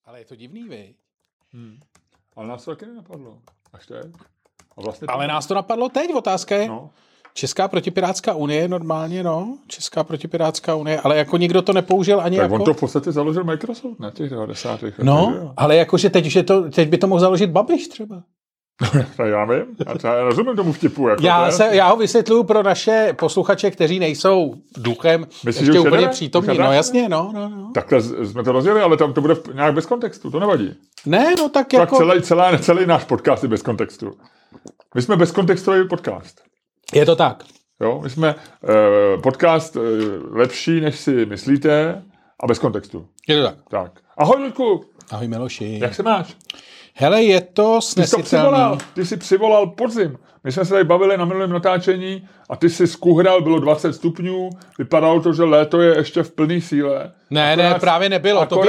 Ale je to divný, viď? Ale nás to taky nenapadlo. Až teď. Vlastně ale nás to napadlo teď, otázka je. No. Česká protipirátská unie normálně, no. Česká protipirátská unie, ale jako nikdo to nepoužil ani tak jako... on to v podstatě založil Microsoft na těch 90. No, ale jakože teď by to mohl založit Babiš třeba. Já vím, já rozumím tomu vtipu. Jako já ho vysvětluju pro naše posluchače, kteří nejsou duchem myslíš, ještě úplně přítomní. No jasně, no. Takhle jsme to rozdělili, ale tam to bude nějak bez kontextu, to nevadí. Ne, no tak jako... Celý náš podcast je bez kontextu. My jsme bezkontextový podcast. Je to tak. Jo, my jsme podcast lepší, než si myslíte a bez kontextu. Je to tak. Ahoj, Ludku. Ahoj, Miloši. Jak se máš? Hele, je to snesitelný. Ty jsi přivolal podzim. My jsme se tady bavili na minulém natáčení a ty jsi skuhral, bylo 20 stupňů, vypadalo to, že léto je ještě v plný síle. Ne, právě nebylo. To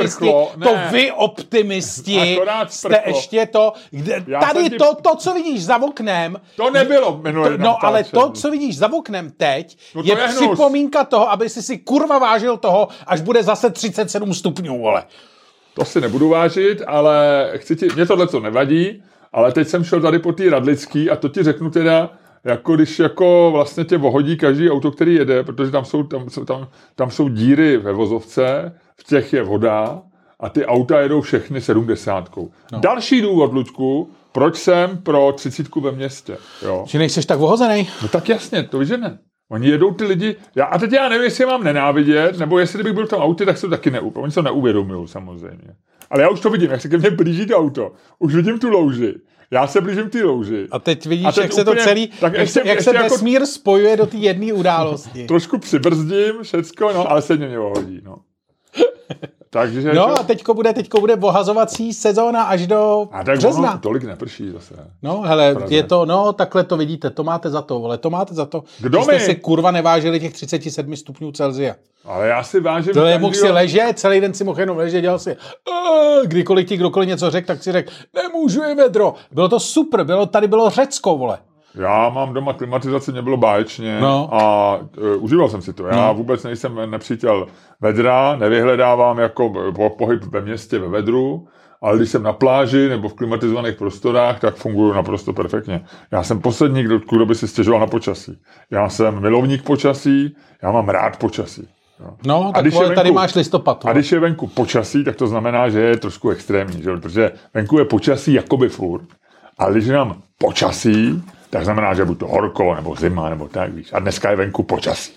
vy optimisti jste ještě to... Tady to, co vidíš za oknem... To nebylo minulé natáčení. No, ale to, co vidíš za oknem teď, je připomínka toho, aby si kurva vážil toho, až bude zase 37 stupňů, vole. To si nebudu vážit, ale mě tohleto nevadí, ale teď jsem šel tady po té Radlický a to ti řeknu teda, jako když jako vlastně tě vohodí každý auto, který jede, protože tam jsou díry ve vozovce, v těch je voda a ty auta jedou všechny 70. No. Další důvod, Luďku, proč jsem pro 30 ve městě. Jo. Že nejseš tak vohozenej? No tak jasně, to víš, že ne. Oni jedou ty lidi, a teď já nevím, jestli je mám nenávidět, nebo jestli kdybych byl v tom autě, tak se to taky oni se to neuvědomují samozřejmě. Ale já už to vidím, jak se ke mně blíží to auto. Už vidím tu louži. Já se blížím ty louži. A teď vidíš, jak se to celý, jak se vesmír spojuje do té jedné události. Trošku přibrzdím všecko, no, ale se mě hodí, no. Takže no a teďko bude ohazovací sezóna až do března. Ono tolik neprší zase. No hele, je to, takhle to vidíte, to máte za to, vole, to máte za to. Kdo jste si kurva nevážili těch 37 stupňů Celsia. Ale já si vážím... To mohl si ležet, celý den si mohl jenom ležet, dělal si, kdykoliv ti kdokoliv něco řekl, tak si řekl, nemůžu je vedro. Bylo to super, tady bylo Řecko, vole. Já mám doma klimatizaci, mě bylo báječně a užíval jsem si to. Já vůbec nejsem nepřítel vedra, nevyhledávám jako pohyb ve městě ve vedru, ale když jsem na pláži nebo v klimatizovaných prostorách, tak funguju naprosto perfektně. Já jsem poslední, kdo by si stěžoval na počasí. Já jsem milovník počasí, já mám rád počasí. Jo. No, tak tady máš listopad. A když je venku počasí, tak to znamená, že je trošku extrémní, že? Protože venku je počasí jakoby furt, ale když je nám počasí, tak znamená, že buď to horko, nebo zima, nebo tak, víš. A dneska je venku počasí.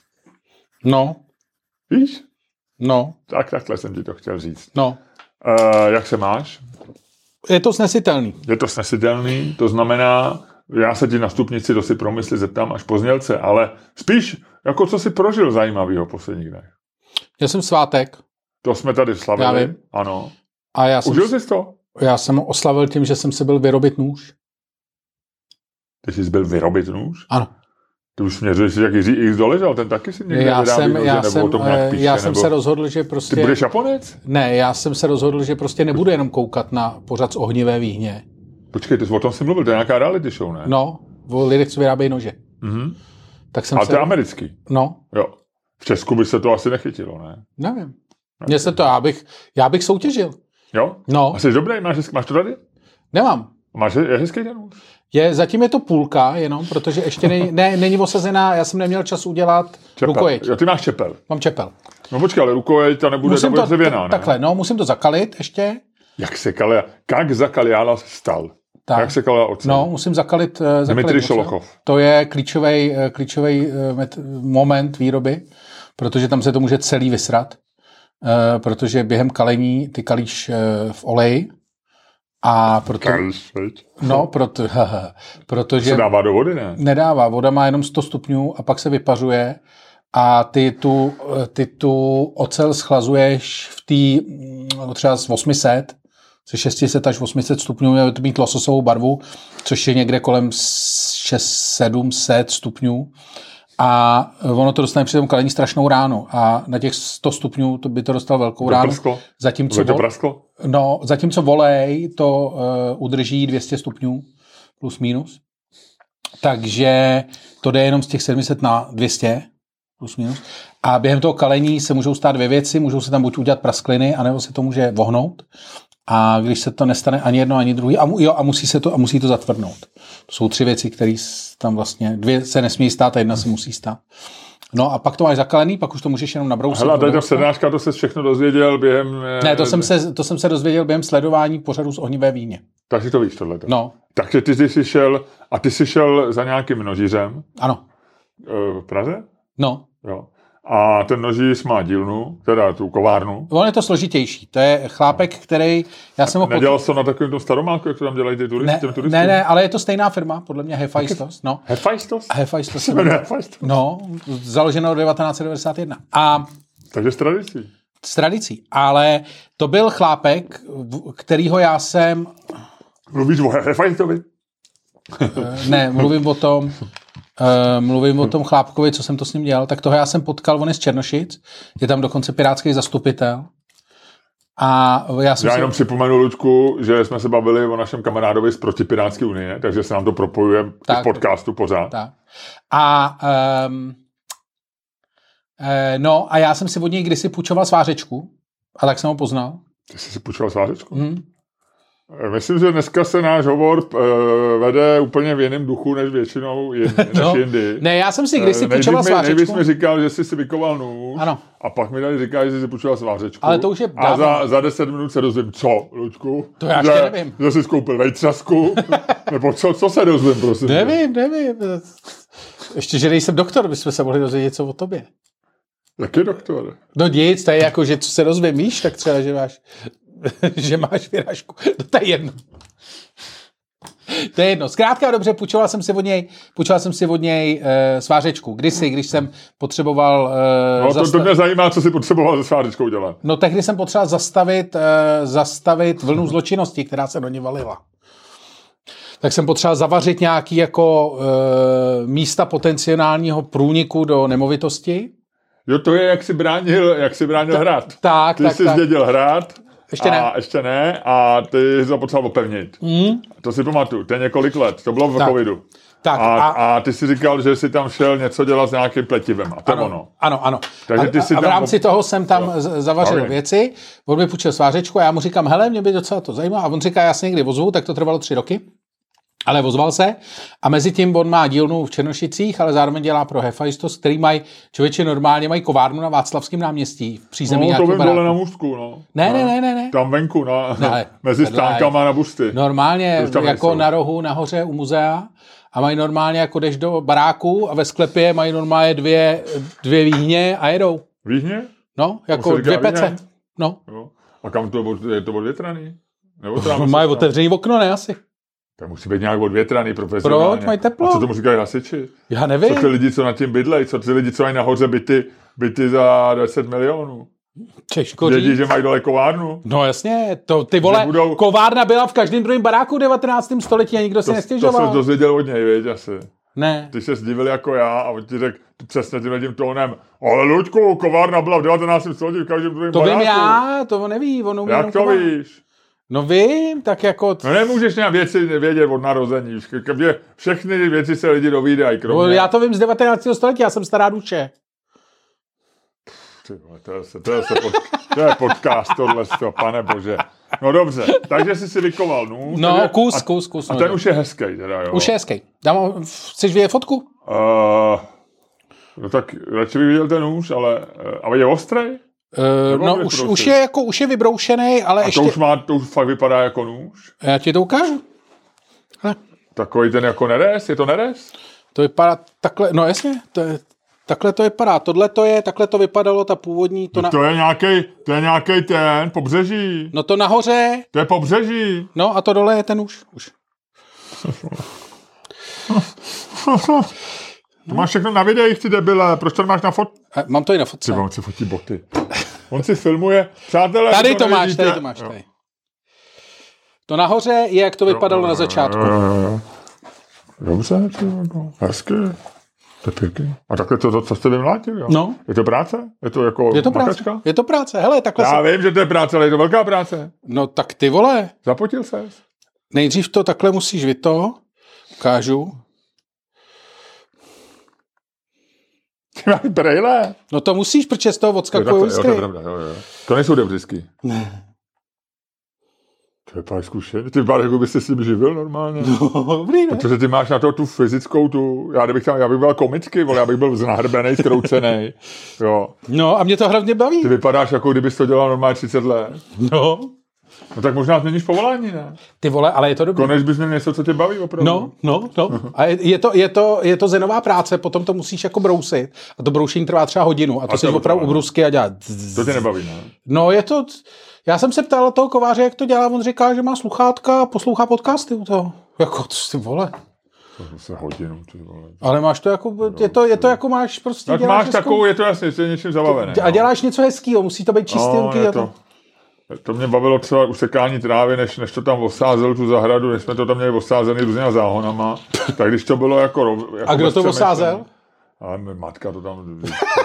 No. Víš? No. Takhle jsem ti to chtěl říct. No. Jak se máš? Je to snesitelný. Je to snesitelný, to znamená, já se ti na stupnici do si promysli zeptám až po znělce, ale spíš, jako co jsi prožil zajímavého v posledních dnech. Já jsem svátek. To jsme tady slavili. Já vím. Ano. A užil jsi to? Já jsem oslavil tím, že jsem si byl vyrobit nůž. Ty jsi byl vyrobit nůž? Ano. Ty už mě říct, jak Jiří X doležel, ten taky si někde já jsem se rozhodl, že prostě... Ty budeš Japonec? Ne, já jsem se rozhodl, že prostě nebudu jenom koukat na pořad z ohnivé výhně. Počkej, ty jsi o tom si mluvil, to je nějaká reality show, ne? No, o lidech, co vyrábějí nože. Mhm. Tak jsem ale to je americký? No. Jo. V Česku by se to asi nechytilo, ne? Nevím. Mně se to, já bych soutěžil. Jo? No. A jsi dobrý, máš to tady? Nemám. Je hezký ten nůž? Zatím je to půlka jenom, protože ještě není osazená, já jsem neměl čas udělat rukojeť. Jo, ty máš čepel. Mám čepel. No počkej, ale rukojeť ta nebude dřevěná, ne? Takhle, musím to zakalit ještě. Jak zakaliála stal? Tak. Jak se kalila ocel? No, musím zakalit Dmitrij Šolochov. To je klíčový moment výroby, protože tam se to může celý vysrat, protože během kalení ty kalíš v oleji. A protože se dává do vody, ne? Nedává, voda má jenom 100 stupňů a pak se vypařuje a ty tu ocel schlazuješ v té třeba z 800, ze 600 až 800 stupňů, měl to mít lososovou barvu, což je někde kolem 600-700 stupňů a ono to dostane při tom kalení strašnou ránu a na těch 100 stupňů to by to dostalo velkou ránu. Zatímco volej to udrží 200 stupňů plus minus. Takže to jde jenom z těch 700 na 200 plus minus. A během toho kalení se můžou stát dvě věci, můžou se tam buď udělat praskliny, anebo se to může vohnout. A když se to nestane ani jedno, ani druhý, a musí to zatvrdnout. To jsou 3 věci, které tam vlastně, 2 se nesmí stát a 1 se musí stát. No a pak to máš zakalený, pak už to můžeš jenom nabrousit. Hele, tady ta přednáška, to se všechno dozvěděl během... Ne, to jsem se dozvěděl během sledování pořadu z Ohnivé víně. Takže to víš tohleto. No. Takže ty jsi šel za nějakým množířem. Ano. V Praze? No. Jo. A ten množíř má dílnu, teda tu kovárnu. On je to složitější. To je chlápek, který... Nedělal jsi to na takovém tom staromálku, jak to tam dělají ty turistům? Ne, ale je to stejná firma, podle mě Hefajstos. No. Hefajstos? Hefajstos. No, založeno 1991. Takže s tradicí. Ale to byl chlápek, kterýho já jsem... Mluvíš o Hefajstovi? Ne, mluvím o tom chlápkovi, co jsem to s ním dělal, tak toho já jsem potkal, on je z Černošic, je tam dokonce pirátský zastupitel. A já jenom připomenu, Luďku, že jsme se bavili o našem kamarádovi z Protipirátské unie, takže se nám to propojuje v podcastu pořád. Tak. No a já jsem si od něj kdysi půjčoval svářečku a tak jsem ho poznal. Ty jsi si půjčoval svářečku? Myslím, že dneska se náš hovor vede úplně v jiném duchu, než většinou než jindy. Ne, já jsem si kdysi půjčoval svářečku. Nejvíc mi říkal, že jsi si vykoval nůž. Ano. A pak mi tady říká, že jsi si půjčoval svářečku. Ale to už je dávno. A za 10 minut se dozvím, co, Luďku? To já ještě nevím. Že jsi skoupil vejtřasku? Nebo co se dozvím, prosím? Nevím. Ještě, že nejsem doktor, bychom se mohli dozvědět něco o tobě. Jaký doktor? No nic, to je jako, že co se dozvím, víš, tak třeba, že máš vyrážku. To je jedno. To je jedno. Zkrátka dobře, půjčoval jsem si od něj svářečku. Kdysi, když jsem potřeboval... to mě zajímá, co jsi potřeboval se svářečkou dělat. No tehdy jsem potřeboval zastavit vlnu zločinnosti, která se do ní valila. Tak jsem potřeboval zavařit nějaký jako místa potenciálního průniku do nemovitosti. Jo, to je, jak jsi bránil hrad. Ty jsi zdědil hrad. Ještě ne. A ty jsi to potřeboval opevnit. To si pamatuju. To je několik let. To bylo v covidu. Tak, a ty jsi říkal, že jsi tam šel něco dělat s nějakým pletivem. A to ano, ano. Takže ty a v rámci toho jsem tam zavařil věci. On mi půjčil svářečku a já mu říkám, hele, mě by docela to zajímá. A on říká, já se někdy ozvu, tak to trvalo 3 roky. Ale ozval se a mezi tím on má dílnu v Černošicích, ale zároveň dělá pro Hefajstos, který mají, člověče normálně mají kovárnu na Václavském náměstí v přízemí nějakého baráku. To vím dole na Můstku, no. Ne. Tam venku, mezi stánkama na Busty. Normálně jako na rohu, nahoře u muzea a mají normálně, jako jdeš do baráku a ve sklepě mají normálně dvě výhně a jedou. Výhně? No, jako 2 pece. No. A kam je to odvětraný? Mají otevřený okno, ne asi. To musí být nějak odvětraný profesionálně. Proč? Mají teplo. A co tomu říkají hasiči? Já nevím. Co ty lidi, co nad tím bydlejí? Co ty lidi, co mají nahoře byty za 10 milionů? Vědí, že mají dole kovárnu? No jasně, ty vole, kovárna byla v každém druhém baráku v 19. století a nikdo si nestěžoval. To se dozvěděl od něj, věď asi. Ne. Ty se zdivil jako já a on ti řekl přesně tím tónem, ale Luďku, kovárna byla v 19. století v každém druhém baráku. To vím já, to on neví. Jak to víš? No vím, tak jako... No nemůžeš nějak věci vědět od narození. Všechny věci se lidi dovídají. No, já to vím z 19. století, já jsem stará duše. To je podcast tohle, pane bože. No dobře, takže jsi si vykoval nůž. No, kus. A ten už je hezký teda, jo. Už je hezký. Chceš vidět fotku? No tak radši bych viděl ten nůž, ale je ostrý? No, už je vybroušený, ale a ještě... to už fakt vypadá jako nůž? Já ti to ukážu. Takový ten jako nerez? Je to nerez? To vypadá takhle, no jasně, takhle to vypadá. Takhle to vypadalo, ta původní... To je nějaký ten pobřeží. No to nahoře... To je pobřeží. No a to dole je ten nůž. Už. To máš všechno na videích, ty debile. Proč to máš na fotce? Mám to i na fotce. On si fotí boty. On si filmuje. Přátelé, tady to máš. Tady. To nahoře je, jak to vypadalo na začátku. Dobře, hezky. To je pěkný. A takhle to, co jste vymlátil, jo? No. Je to práce? Je to jako makačka? Je to práce. Hele, takhle já vím, že to je práce, ale je to velká práce. No tak ty vole. Zapotil ses? Nejdřív to takhle musíš ukážu. Ty máš brejle. No to musíš, protože z toho odskakují iskry. Jo, to nejsou debřisky. Ne. To je pár zkušený. Ty vypadáš, jako bys se s tím živil normálně. No, dobrý, ne? Protože ty máš na to tu fyzickou, já bych byl komický, já bych byl znahrbenej, zkroucenej. Jo. No a mě to hlavně baví. Ty vypadáš, jako kdybys to dělal normálně 30 let. No. No tak možná změníš povolání, ne? Ty vole, ale je to dobrý. Konec bys měl něco, co tě baví opravdu. No. A je to zenová práce, potom to musíš jako brousit. A to broušení trvá třeba hodinu. A to si opravdu ubrusky a dělat. To tě nebaví, ne? No je to... Já jsem se ptal toho kováře, jak to dělá. On říká, že má sluchátka a poslouchá podcasty u toho. Jako, ty vole. To se hodinu, ty vole. Ale máš to jako... Je to jako máš prostě... Tak máš takovou, je to jasně, je něčím zabavené. A děláš něco hezkýho, musí to být čistý. No, to mě bavilo třeba usekání trávy, než to tam osázel tu zahradu, než jsme to tam měli osázený různýma záhonama. Tak když to bylo jako a kdo to osázel? A matka to tam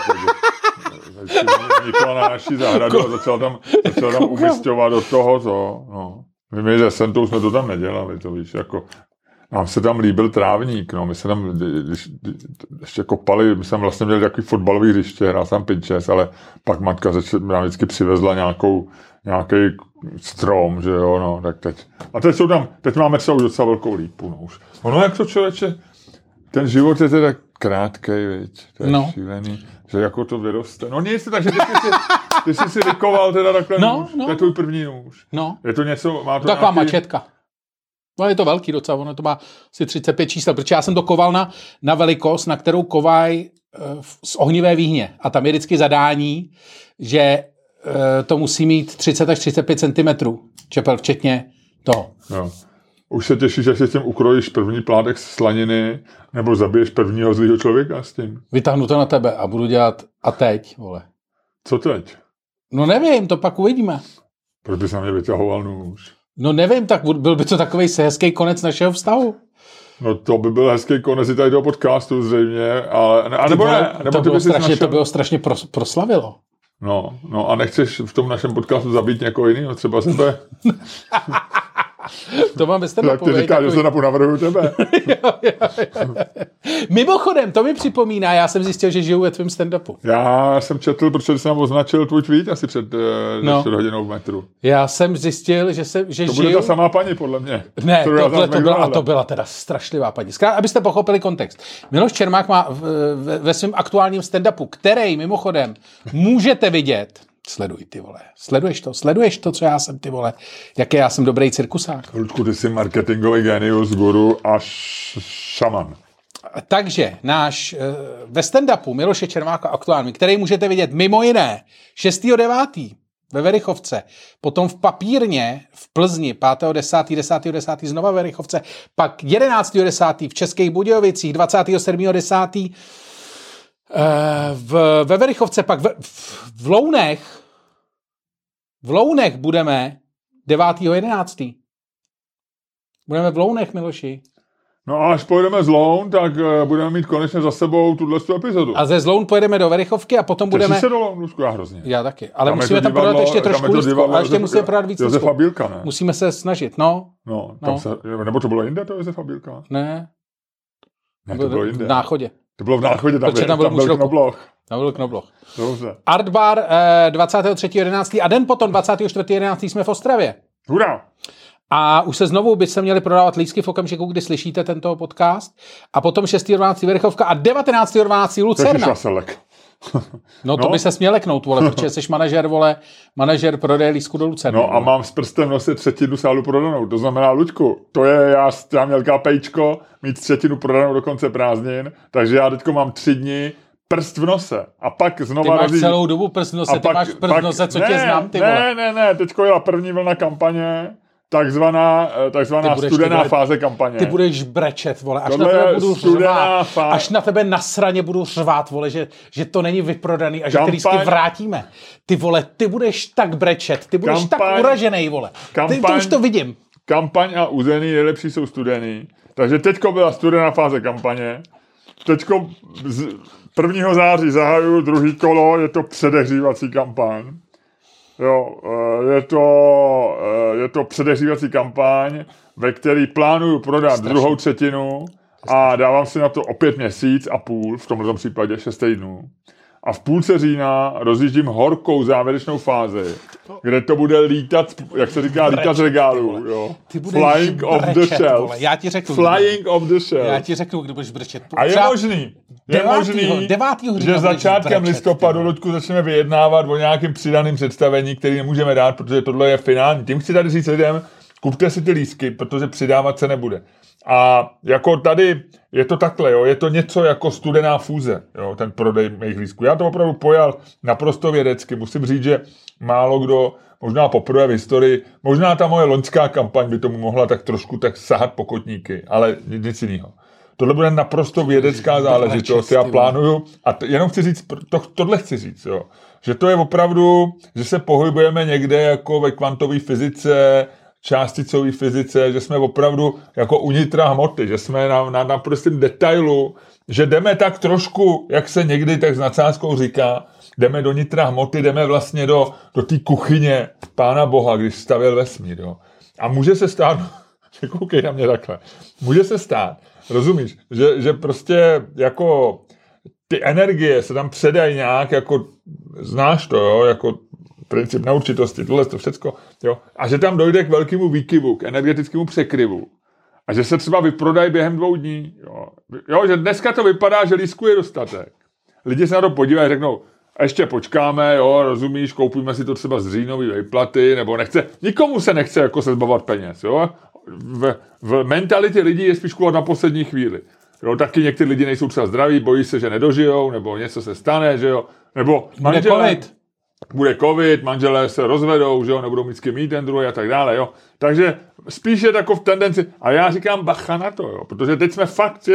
vnikla na naší zahradu a začala tam umísťovat do toho, no. My že Sentou jsme to tam nedělali, to víš, jako... Nám se tam líbil trávník, no, my se tam, když ještě kopali, my jsme vlastně měli takový fotbalový hřiště, hrál jsem pinčes, ale pak matka nám vždycky přivezla nějaký strom, že jo, no, tak teď. A teď máme třeba už docela velkou lípu, no už. Ono jak to člověče, ten život je teda krátkej, viď, to je šílený, že jako to vyroste. No nic, takže ty jsi si vykoval teda takhle nůž, to je tvůj první nůž. No. Je to něco, má to taková nějaký... mačetka. No je to velký docela, ono to má asi 35 čísel, protože já jsem to koval na velikost, na kterou kovají z ohnivé výhně. A tam je vždycky zadání, že to musí mít 30 až 35 cm čepel, včetně toho. No. Už se těšíš, že si s tím ukrojíš první plátek slaniny, nebo zabiješ prvního zlýho člověka s tím? Vytáhnu to na tebe a budu dělat a teď, vole. Co teď? No nevím, to pak uvidíme. Proč bys na mě vyťahoval nůž? No nevím, tak byl by to takovej hezký konec našeho vztahu. No to by byl hezký konec i tady toho podcastu zřejmě, ale... A nebo ne? Nebo to bylo strašně proslavilo. No a nechceš v tom našem podcastu zabít někoho jiného, třeba sebe? To mám ve stand-upu. Tak ty říkáš, že se navrhuju tebe. jo. Mimochodem, to mi připomíná, já jsem zjistil, že žiju ve tvém stand-upu. Já jsem četl, protože jsem označil tvůj tweet asi před hodinou v metru. Já jsem zjistil, že to žiju... bude ta samá paní, podle mě. Ne, to byla teda strašlivá paní. Abyste pochopili kontext. Miloš Čermák má ve svém aktuálním stand-upu, který mimochodem můžete vidět. Sleduj, ty vole. Sleduješ to, co já jsem, ty vole. Jaký já jsem dobrý cirkusák. Lučku, ty jsi marketingový genius, guru a šaman. Takže náš ve stand-upu Miloše Čermáka aktuální, který můžete vidět mimo jiné 6.9. ve Verichovce, potom v Papírně v Plzni 5.10. znova ve Verichovce, pak 11.10. v Českých Budějovicích, 27.10. Ve Verichovce, pak v Lounech budeme 9.11. Budeme v Lounech, Miloši. No a až pojedeme z Loun, tak budeme mít konečně za sebou tuto epizodu. A ze Loun pojedeme do Verichovky a potom budeme... Těšíš se do Loun, Lužku? Já hrozně. Já taky. Ale musíme tam prodat ještě trošku lístku. A ještě musíme prodat víc Josefa Bílka, ne? Musíme se snažit, no. Nebo to bylo jinde, to Josefa Bílka? Ne, to bylo jinde. V Náchodě. To bylo v Náchodě, tam byl Knobloch. Tam byl Knobloch. Dobře. Art Bar 23.11. a den potom 24.11. jsme v Ostravě. Hurá! A už se znovu by se měly prodávat lístky v okamžiku, kdy slyšíte tento podcast. A potom 6.12. Verichovka a 19.12. Lucerna. No to by se směl leknout, vole, protože jsi manažer prodeje lístku do Lucerny. No a mám s prstem nosit třetinu sálu prodanou. To znamená, Luďku, to je, já měl kápejčko, mít třetinu prodanou do konce prázdnin, takže já teďko mám 3 dny prst v nose. A pak znova... Ty máš celou dobu prst v nose, ty máš prst v nose, co tě znám, ty vole. Ne, teďko jela první vlna kampaně, takzvaná studená fáze kampaně. Ty budeš brečet, vole, až na tebe budu řvát, až na tebe na sraně budu řvát, vole, že to není vyprodaný a že ty lístky vrátíme. Ty vole, ty budeš tak brečet, ty budeš tak uražený, vole. Ty už to vidím. Kampaň a uzený nejlepší jsou studený. Takže teďko byla studená fáze kampaně. Teďko 1. září zahajuju druhý kolo, je to předehřívací kampaň. Jo, je to předehřívací kampaň, ve který plánuju prodat druhou třetinu A dávám si na to opět měsíc a půl, v tomhle případě 6 týdnů. A v půlce října rozjíždím horkou závěrečnou fázi, kde to bude lítat, jak se říká, lítat z regálu. Jo. Flying off the shelf. Já ti řeknu. Flying off the shelf. Já ti řeknu, kdy budeš brečet. A je možný, že začátkem listopadu, Luďku, začneme vyjednávat o nějakým přidaným představení, který nemůžeme dát, protože tohle je finální. Tím chci tady říct lidem, kupte si ty lístky, protože přidávat se nebude. A jako tady je to takhle, jo, je to něco jako studená fúze, jo, ten prodej mých lístků. Já to opravdu pojal naprosto vědecky. Musím říct, že málo kdo, možná poprvé v historii, možná ta moje loňská kampaň by tomu mohla tak trošku tak sahat po kotníky, ale nic jiného. Tohle bude naprosto vědecká záležitost. Já plánuju, a jenom chci říct, tohle chci říct, jo, že to je opravdu, že se pohybujeme někde jako ve kvantové fyzice, částicové fyzice, že jsme opravdu jako u nitra hmoty, že jsme na prostém detailu, že jdeme tak trošku, jak se někdy tak s nadsázkou říká, jdeme do nitra hmoty, jdeme vlastně do té kuchyně Pána Boha, když stavěl vesmír. Jo. A může se stát, koukej na mě takhle, může se stát, rozumíš, že prostě jako ty energie se tam předají nějak, jako znáš to, jo, jako princip neurčitosti, tohle to všecko, jo, a že tam dojde k velkému výkyvu, k energetickému překryvu a že se třeba vyprodají během 2 dní, jo, že dneska to vypadá, že lístků je dostatek. Lidi se na to podívají a řeknou, ještě počkáme, jo, rozumíš, koupíme si to třeba z říjnový výplaty, nebo nikomu se nechce jako se zbavovat peněz, jo. V mentalitě lidí je spíš kupovat na poslední chvíli. Jo, taky někteří lidi nejsou třeba zdraví, bojí se, že nedožijou, nebo něco se stane, že jo, nebo bude covid, manželé se rozvedou, že jo, nebudou mít s kým mít ten druhý a tak dále, jo. Takže spíš je takovou tendenci, a já říkám bacha na to, jo, protože teď jsme fakt,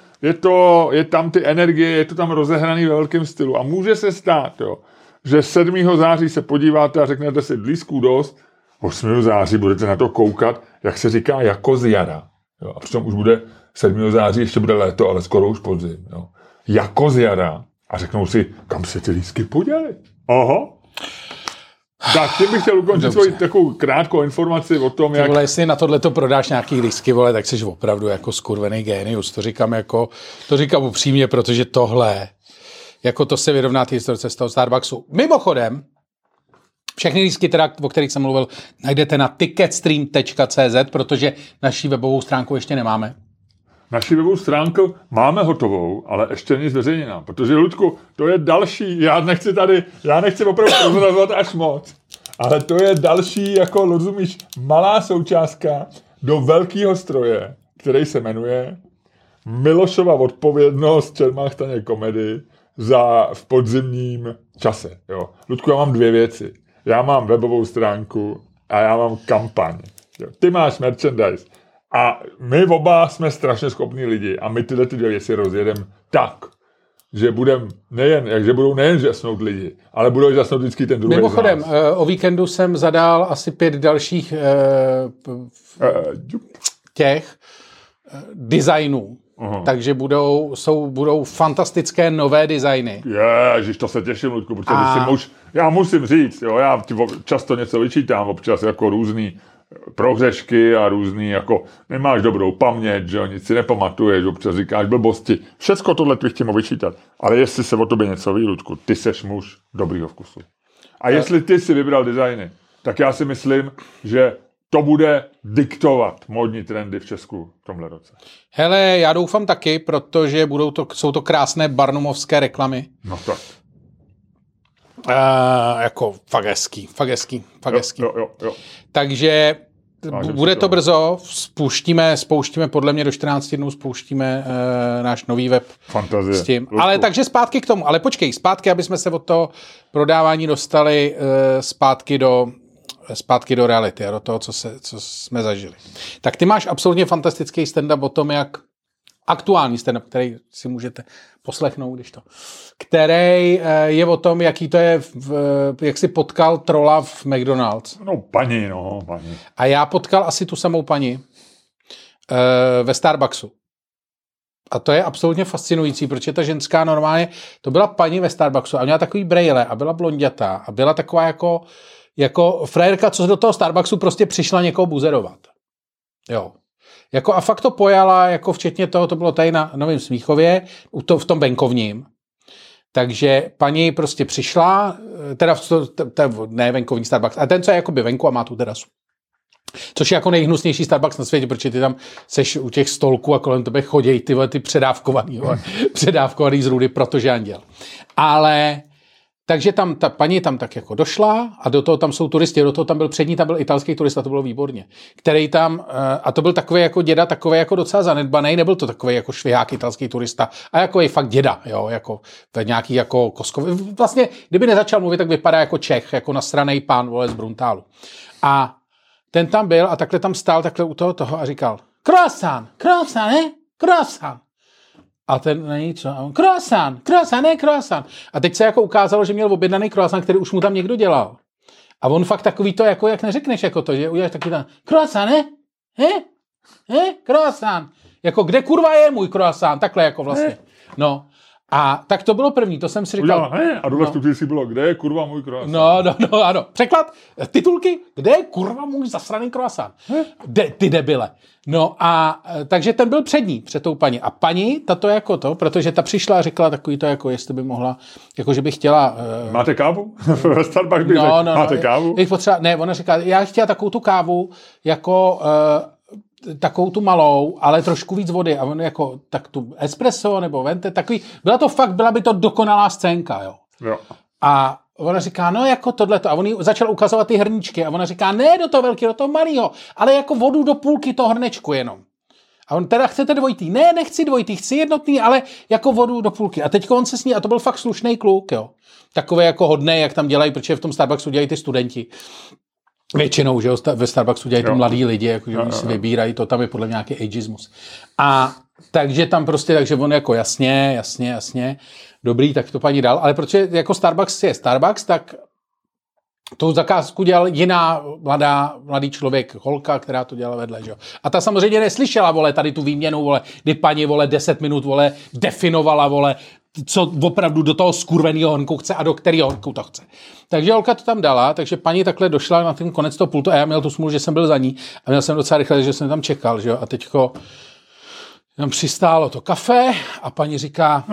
je tam ty energie, je to tam rozehraný ve velkém stylu a může se stát, jo, že 7. září se podíváte a řeknete si lístků dost, 8. září budete na to koukat, jak se říká, jako z jara, jo, a přitom už bude 7. září, ještě bude léto, ale skoro už podzim, jo, jako z jara a řeknou si, kam se ty lístky poděly. Aha. Tak, tím bych chtěl ukončit svoji takovou krátkou informaci o tom, jak... Vole, jestli na tohleto prodáš nějaký lístky, vole, tak jsi opravdu jako skurvený génius. To říkám upřímně, protože tohle, jako to se vyrovná ty historice z toho Starbucksu. Mimochodem, všechny lístky, teda, o kterých jsem mluvil, najdete na ticketstream.cz, protože naší webovou stránku ještě nemáme. Naši webovou stránku máme hotovou, ale ještě není zveřejněná, protože, Luďku, to je další, já nechci opravdu prozrazovat až moc, ale to je další, jako rozumíš, malá součástka do velkého stroje, který se jmenuje Milošova odpovědnost Čermachtaně komedy v podzimním čase. Jo. Luďku, já mám 2 věci. Já mám webovou stránku a já mám kampaň. Jo. Ty máš merchandise. A my oba jsme strašně schopní lidi a my tyhle 2 věci rozjedeme tak, že budou nejen žasnout lidi, ale budou žasnout vždycky ten druhý. Mimochodem, o víkendu jsem zadal asi 5 dalších těch designů. Aha. Takže budou fantastické nové designy. Ježiš, to se těším, Luďku, protože já musím říct, jo, já ti často něco vyčítám, občas jako různý prohřešky a různý, jako nemáš dobrou paměť, že jo, nic si nepamatuješ, občas říkáš blbosti. Všecko tohle bych chtěl vyčítat. Ale jestli se o tobě něco ví, Luďku, ty seš muž dobrýho vkusu. A jestli ty si vybral designy, tak já si myslím, že to bude diktovat módní trendy v Česku v tomhle roce. Hele, já doufám taky, protože jsou to krásné barnumovské reklamy. No tak. Jako fakt hezký. Jo. Takže bude to brzo, spouštíme podle mě do 14 dnů spouštíme náš nový web. Fantazie. S tím. Ale takže zpátky k tomu. Ale počkej, aby jsme se od toho prodávání dostali zpátky do reality a do toho, co jsme zažili. Tak ty máš absolutně fantastický stand-up o tom, jak aktuální stand-up, který si můžete poslechnout, který je o tom, jaký to je, jak si potkal trola v McDonald's. No, paní. A já potkal asi tu samou paní ve Starbucksu. A to je absolutně fascinující, protože ta ženská normálně, to byla paní ve Starbucksu a měla takový brejle a byla blondětá a byla taková jako frajerka, co do toho Starbucksu prostě přišla někoho buzerovat. Jo. Jako a fakt to pojala, jako včetně toho, to bylo tady na Novém Smíchově, v tom venkovním. Takže paní prostě přišla, teda ne venkovní Starbucks, a ten, co je jakoby venku a má tu terasu. Což je jako nejhnusnější Starbucks na světě, protože ty tam seš u těch stolků a kolem tebe chodí ty předávkovaný z rudy, protože anděl. Ale takže tam ta paní tam tak jako došla a do toho tam jsou turisti, do toho tam byl přední, tam byl italský turista, to bylo výborně, který tam, a to byl takový jako děda, takový jako docela zanedbaný, nebyl to takový jako švihák italský turista, a jako je fakt děda, jo, jako nějaký jako koskový, vlastně, kdyby nezačal mluvit, tak vypadá jako Čech, jako nasranej pán, vole, z Bruntálu. A ten tam byl a takhle tam stál takhle u toho a říkal, croissant, ne? Croissant. A ten není co? Croissant, ne croissant. A teď se jako ukázalo, že měl objednaný croissant, který už mu tam někdo dělal. A on fakt takový to, jako jak neřekneš jako to, že uděláš taky tam, croissant, ne? Croissant. Jako kde kurva je můj croissant? Takhle jako vlastně. No. A tak to bylo první, to jsem si říkal. A druhé stupnici bylo, kde je kurva můj croissant? No, ano. Překlad, titulky, kde je kurva můj zasraný croissant? Ty debile. No a takže ten byl přední, před tou paní. A paní, tato jako to, protože ta přišla a řekla takový to, jako jestli by mohla, jako že by chtěla... Máte kávu? Ve Starbucks by máte kávu? Ne, ona říká, já chtěla takovou tu kávu, jako... takovou tu malou, ale trošku víc vody a on jako tak tu espresso nebo vente, takový, byla by to dokonalá scénka, jo. A ona říká, no jako tohleto a on jí začal ukazovat ty hrníčky a ona říká, ne do toho velkého, do toho malého, ale jako vodu do půlky toho hrnečku jenom. A on teda chcete dvojitý, ne, nechci dvojitý, chci jednotný, ale jako vodu do půlky. A teďko on se s ní, a to byl fakt slušný kluk, jo. Takový jako hodnej, jak tam dělají, protože v tom Starbucksu dělají ty studenti. Většinou, že ve Starbucksu dělají ty mladí lidi, jakože oni si vybírají, to tam je podle mě nějaký ageismus. A takže tam prostě, takže on jako jasně, dobrý, tak to paní dal, ale protože jako Starbucks je Starbucks, tak tu zakázku dělal jiná mladý člověk, holka, která to dělala vedle, že jo. A ta samozřejmě neslyšela, vole, tady tu výměnu, vole, kdy paní, vole, 10 minut, vole, definovala, vole, co opravdu do toho skurveného hrnku chce a do kterého hrnku to chce. Takže holka to tam dala, takže paní takhle došla na ten konec toho pultu a já měl tu smůlu, že jsem byl za ní a měl jsem docela rychle, že jsem tam čekal, že jo. A teďko tam přistálo to kafe a paní říká,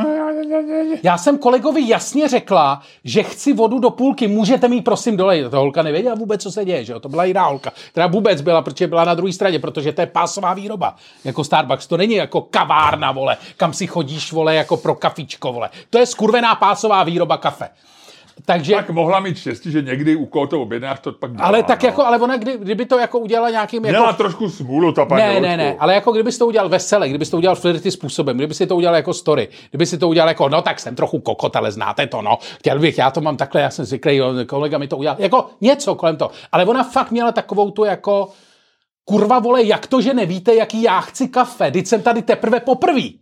já jsem kolegovi jasně řekla, že chci vodu do půlky, můžete mi prosím dolejt. Ta holka nevěděla vůbec, co se děje, že jo? To byla jiná holka, která vůbec byla, protože byla na druhé straně, protože to je pásová výroba. Jako Starbucks, to není jako kavárna, vole, kam si chodíš, vole, jako pro kafičko, vole. To je skurvená pásová výroba kafe. Takže, tak mohla mít štěstí, že někdy u koho to objednáš, to pak dělá. Ale tak jako, ale ona, kdyby to jako udělala nějakým... Měla jako, trošku smůlu, ta paní. Ne, ale jako kdyby to udělal vesele, kdyby to udělal flirty způsobem, kdyby si to udělal jako story, kdyby si to udělal jako, no tak jsem trochu kokot, ale znáte to, no. Chtěl bych, já to mám takhle, já jsem zvyklý, kolega mi to udělal, jako něco kolem toho. Ale ona fakt měla takovou tu jako, kurva vole, jak to, že nevíte, jaký já chci kafe, teď jsem tady teprve poprvý.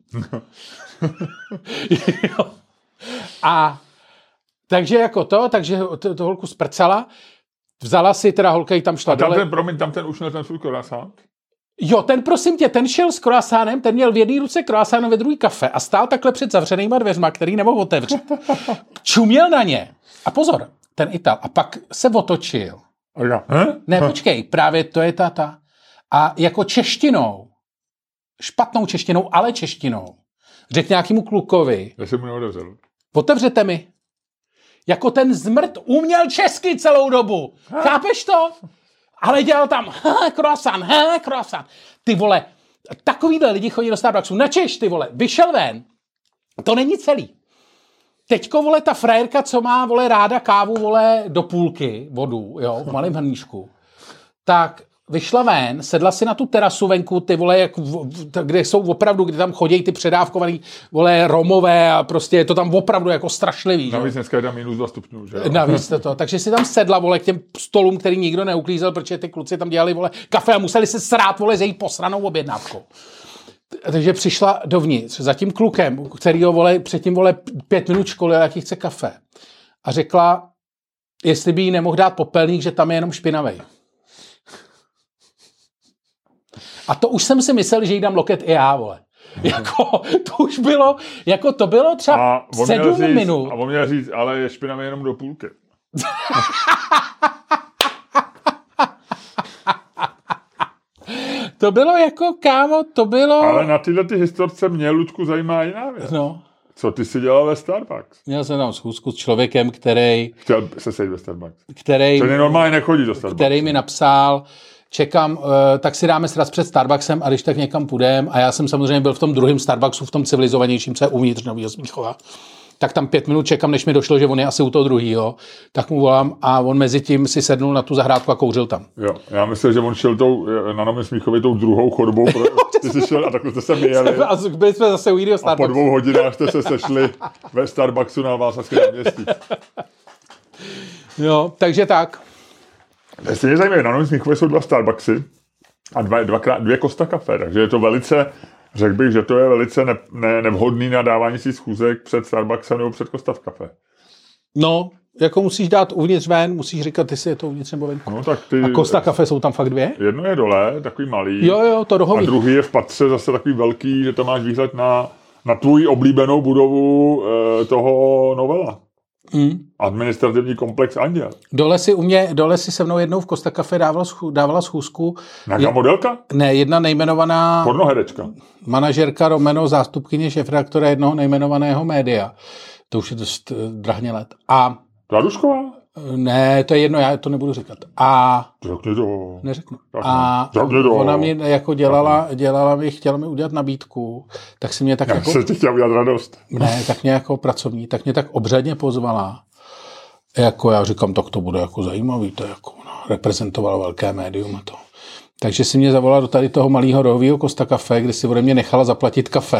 A takže jako takže to holku sprcala, vzala si, teda holka jí tam šla dole. Tam ten už měl ten svůj croissant? Jo, ten prosím tě, ten šel s croissánem, ten měl v jedné ruce croissant a ve druhé kafe a stál takhle před zavřenýma dveřma, který nemohl otevřít. Čuměl na ně. A pozor, ten Ital. A pak se otočil. Ne, počkej, právě to je ta. A jako češtinou, špatnou češtinou, ale češtinou, řekl nějakému klukovi. Já jsem mu neodevřel. Otevřete mi. Jako ten zmrt uměl česky celou dobu. Chápeš to? Ale dělal tam croissant. Ty vole, takovýhle lidi chodí do Starbucksu. Načeš, ty vole, vyšel ven. To není celý. Teďko, vole, ta frajerka, co má, vole, ráda kávu, vole, do půlky, vodu, jo, v malém hrníčku, tak vyšla ven, sedla si na tu terasu venku, ty vole, kde jsou opravdu, kde tam chodí ty předávkovaný, vole, Romové a prostě je to tam opravdu jako strašlivý. Navíc dneska je tam -2 stupňů, že jo? Navíc to. Takže si tam sedla, vole, k těm stolům, který nikdo neuklízel, protože ty kluci tam dělali, vole, kafe a museli se srát, vole, s její posranou objednávkou. Takže přišla dovnitř za tím klukem, kterýho, vole, předtím, vole, 5 minut školil, jaký chce kafe. A řekla, jestli by jí nemohl dát popelník, že tam je jenom špinavej. A to už jsem si myslel, že jí dám loket i já, vole. Jako, to už bylo, jako to bylo třeba 7 minut. A on měl říct, ale je špinavý jenom do půlky. To bylo jako, kámo, to bylo... Ale na tyhle ty historce mě, Luďku, zajímá jiná věc. No. Co ty si dělal ve Starbucks? Měl jsem tam schůzku s člověkem, který... Chtěl se sejít ve Starbucks. Který... To normálně nechodí do Starbucks. Který mi napsal, čekám, tak si dáme sraz před Starbucksem a když tak někam půjdem. A já jsem samozřejmě byl v tom druhém Starbucksu, v tom civilizovanějším, co je uvnitř Nového Smíchova. Tak tam 5 minut čekám, než mi došlo, že on je asi u toho druhýho. Tak mu volám a on mezi tím si sednul na tu zahrádku a kouřil tam. Jo, já myslím, že on šel na Novém Smíchově tou druhou chodbou. Ty jsi šel a takhle jste se měli. A byli jsme zase u jiného Starbucksu. A po 2 hodinách jste se sešli ve Starbucksu na Václavském náměstí. Jo, takže tak. Jestli mě zajímavé, na Novém Smíchově jsou 2 Starbucksy a 2 Costa Café, takže je to velice, řekl bych, že to je velice nevhodný na dávání si schůzek před Starbucksem nebo před Costa Café. No, jako musíš dát uvnitř ven, musíš říkat, jestli je to uvnitř nebo venku. No, tak ty... A Costa Café jsou tam fakt 2? Jedno je dole, takový malý. Jo, to rohový. A druhý je v patře zase takový velký, že tam máš výhled na tvůj oblíbenou budovu toho Novela. Administrativní komplex Anděl. Dole si se mnou jednou v Costa Café dávala schůzku. Nějaká modelka? Ne, jedna nejmenovaná... Pornoherečka. Manažerka Romeno, zástupkyně šéfredaktora jednoho nejmenovaného média. To už je dost drahně let. A... Radušková? Ne, to je jedno, já to nebudu říkat. A... Řekni to. Neřeknu. Tak a to. Ona mi jako chtěla mi udělat nabídku, tak si mě tak Já se ti chtěla udělat radost. Ne, tak mě jako pracovní, tak mě tak obřadně pozvala. Jako já říkám, tak to bude jako zajímavý, to jako reprezentovalo velké médium a to. Takže si mě zavolala do tady toho malého rohového Costa Café, kde si ode mě nechala zaplatit kafe.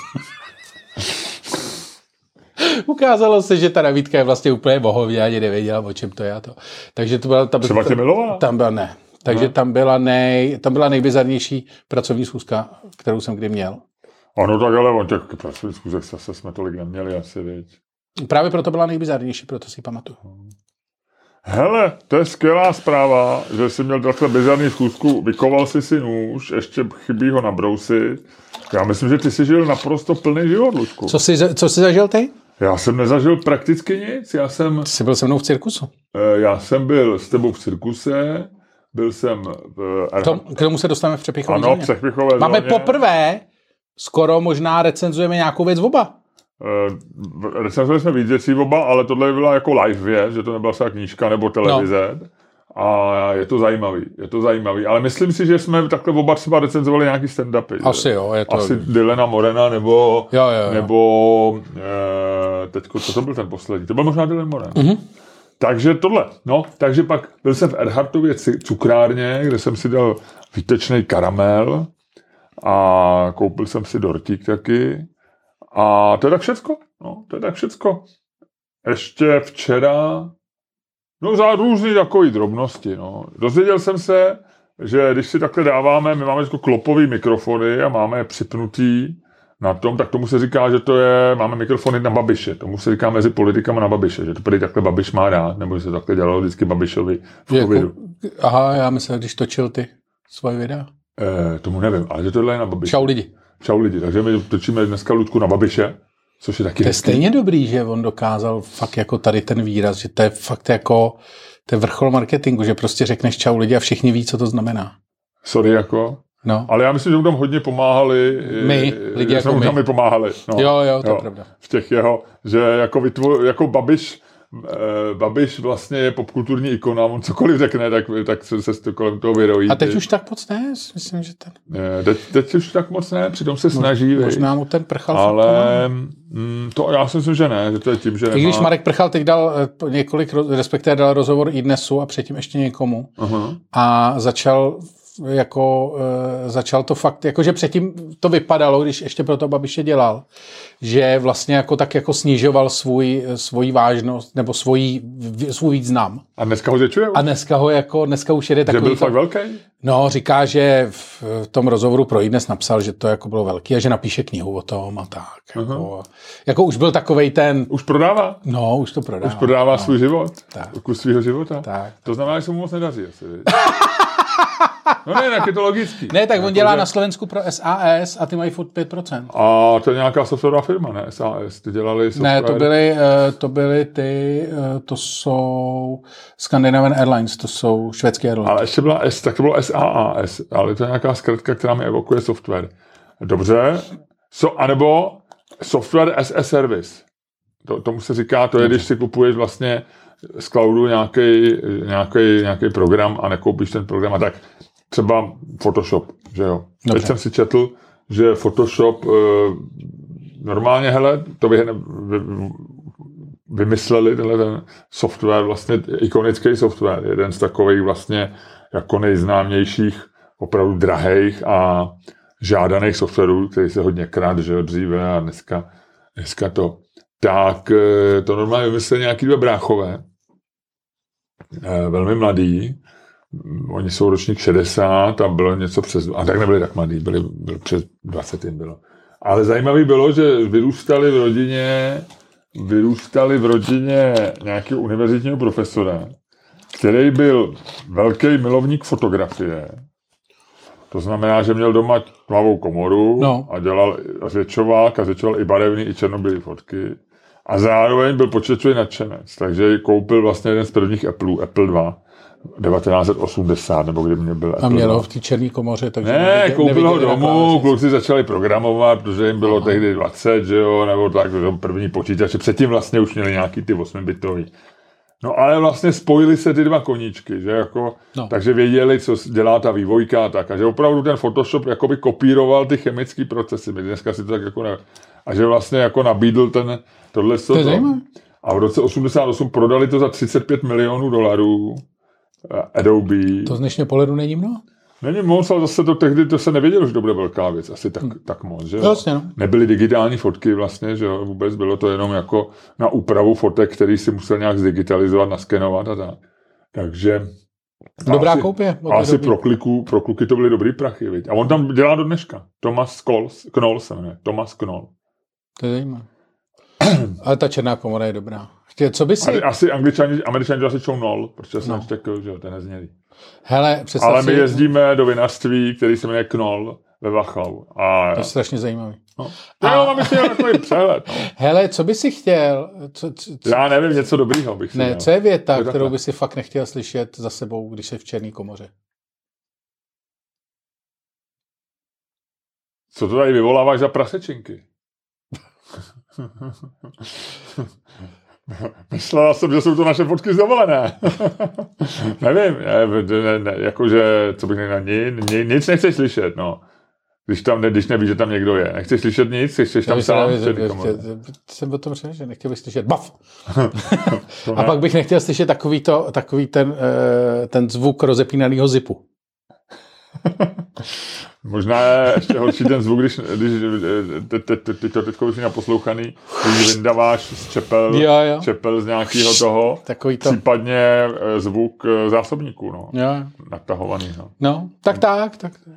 Ukázalo se, že ta nabídka je vlastně úplně bohově, ani nevěděla, o čem to je. Takže to byla... Třeba tě milovala? Tam byla ne. Takže tam byla nejbizarnější pracovní schůzka, kterou jsem kdy měl. Ano, tak ale on těch pracovních schůzek zase jsme tolik neměli asi, viď. Právě proto byla nejbizarnější, proto si pamatuju. Hele, to je skvělá zpráva, že jsi měl takhle bizarní schůzku, vykoval si nůž, ještě chybí ho nabrousit. Já myslím, že ty jsi žil naprosto plný život, Luďku. Co jsi zažil ty? Já jsem nezažil prakticky nic. Jsi byl se mnou v cirkusu? Já jsem byl s tebou v cirkuse, byl jsem v... K tomu se dostaneme v Přepichové zóně. Ano, v Přepichové zóně. Máme poprvé, skoro možná recenzujeme nějakou věc oba. Recenzovali jsme víc věcí oba, ale tohle byla jako live věc, že to nebyla třeba knížka nebo televize. No. A je to zajímavý. Ale myslím si, že jsme takhle oba třeba recenzovali nějaký stand-upy. Asi jo, je to... Asi Dylana Morena nebo... Jo. Nebo... Teďko, co to byl ten poslední? To byl možná Dylan Moren. Mm-hmm. Takže tohle. No, takže pak byl jsem v Erhardtově cukrárně, kde jsem si dal výtečný karamel a koupil jsem si dortík taky. A to je tak všecko. Ještě včera... No za různý takový drobnosti. No. Dozvěděl jsem se, že když si takhle dáváme, my máme jako klopový mikrofony a máme je připnutý na tom, tak tomu se říká, že to je, máme mikrofony na Babiše. Tomu se říká mezi politikama na Babiše, že to prý takhle Babiš má rád, nebo se takhle dělalo vždycky Babišovi v covidu. Aha, já myslím, když točil ty svoje videa. Tomu nevím, ale že tohle je na Babiše. Čau lidi. Takže my točíme dneska Luďku na Babiše. Což je taky to je stejně dobrý, že on dokázal fakt jako tady ten výraz, že to je fakt jako, to je vrchol marketingu, že prostě řekneš čau lidi a všichni ví, co to znamená. Sorry jako. No. Ale já myslím, že mu tam hodně pomáhali. Lidi jako my. Tam mi pomáhali. No. Jo, to je pravda. V těch jeho, že jako Babiš vlastně je popkulturní ikona, on cokoliv řekne, tak se kolem toho vyrojí. A teď už tak moc ne, myslím, že ten... Teď už tak moc ne, přitom se snaží. Možná mu ten Prchal. Ale to já si myslím, že ne, že to je tím, že nemá... I když Marek Prchal teď dal respektive dal rozhovor iDnesu a předtím ještě někomu a začal to fakt, jakože předtím to vypadalo, když ještě pro to Babiše dělal, že vlastně jako tak jako snižoval svoji vážnost nebo svůj význam. A dneska ho zvětšuje? A dneska už jede takový... Že byl fakt velký? No, říká, že v tom rozhovoru pro iDnes napsal, že to jako bylo velký a že napíše knihu o tom a tak. Jako už byl takovej ten... Už prodává? No, už to prodává. Už prodává svůj život? Tak. Kus svýho života? Tak. To znamená, že se mu moc nedaří asi. No ne, tak je to logický. Ne, tak on dělá na Slovensku pro SAS a ty mají furt 5%. A to je nějaká softwarová firma, ne? SAS, ty dělali software. Ne, to jsou Scandinavian Airlines, to jsou švédské airlines. Ale ještě byla tak to bylo SaaS, ale to je nějaká zkratka, která mi evokuje software. Dobře, anebo software as a service. Tomu se říká, to je, když si kupuješ vlastně z cloudu nějaký program a nekoupíš ten program a tak třeba Photoshop, že jo. Dobře. Teď jsem si četl, že Photoshop normálně, hele, to vymysleli tenhle ten software, vlastně ikonický software, jeden z takových vlastně jako nejznámějších, opravdu drahých a žádaných softwarů, který se hodně krát, že jo, dříve a dneska to. Tak to normálně vymysleli nějaký dva bráchové, velmi mladý, oni jsou ročník 60 a bylo něco přes, a tak nebyli tak mladí, byli přes 20 jim bylo. Ale zajímavé bylo, že vyrůstali v rodině nějakého univerzitního profesora, který byl velký milovník fotografie. To znamená, že měl doma tmavou komoru a řečoval i barevný, i černobílé fotky. A zároveň byl počítačový nadšenec, takže koupil vlastně jeden z prvních Apple 2, 1980, nebo kdy mě byl Apple 2. A mělo v té černé komoře, takže... Ne, koupil ho domů, kluci začali programovat, protože jim bylo tehdy 20, že jo, nebo tak, že první počítače, předtím vlastně už měli nějaký ty 8-bitový. No ale vlastně spojili se ty dva koníčky, že jako, takže věděli, co dělá ta vývojka a tak. A že opravdu ten Photoshop jakoby kopíroval ty chemické procesy. My dneska si to tak jako a že vlastně jako nabídl tohle. A v roce 88 prodali to za $35 milionů Adobe. To z dnešního pohledu není mnoho? Není moc, ale zase tehdy to se nevědělo, že to bude velká věc. Asi tak moc, že jo? Vlastně, no. Nebyly digitální fotky vlastně, že jo? Vůbec bylo to jenom jako na úpravu fotek, který si musel nějak zdigitalizovat, naskenovat a tak. Takže... Dobrá koupě. Asi pro kluky to byly dobrý prachy, viď? A on tam dělá do dneška. Thomas Knoll se jmenuje. Thomas Knoll. To je zajímavé. Ale ta černá komora je dobrá. Co by si... Asi Američani asi čou nol, protože jsem čekal, že to neznělý. Hele, ale my jezdíme do vinařství, který se jmenuje Knoll ve Wachau. To je strašně zajímavý. No. Mám ještě takový přehled. No. Hele, co by si chtěl? Já nevím, něco dobrýho bych si měl. Co je věta, kterou by si fakt nechtěl slyšet za sebou, když jsi v černé komoře? Co to tady vyvoláváš za prasečinky? Myslela jsem, že jsou to naše fotky z dovolené. Nevím, jakože, co bych nic nechceš slyšet, no. Když nevíš, že tam někdo je. Nechceš slyšet nic, chceš tam sám. Jsem o tom přemýšlel, nechtěl bych slyšet bav. A pak bych nechtěl slyšet takový ten zvuk rozepínaného zipu. Možná je ještě horší ten zvuk, když ty to teďko už naposlouchaný, když vyndáváš z čepel z nějakého toho, případně zvuk zásobníků, no. Natahovaný, no. No, tak.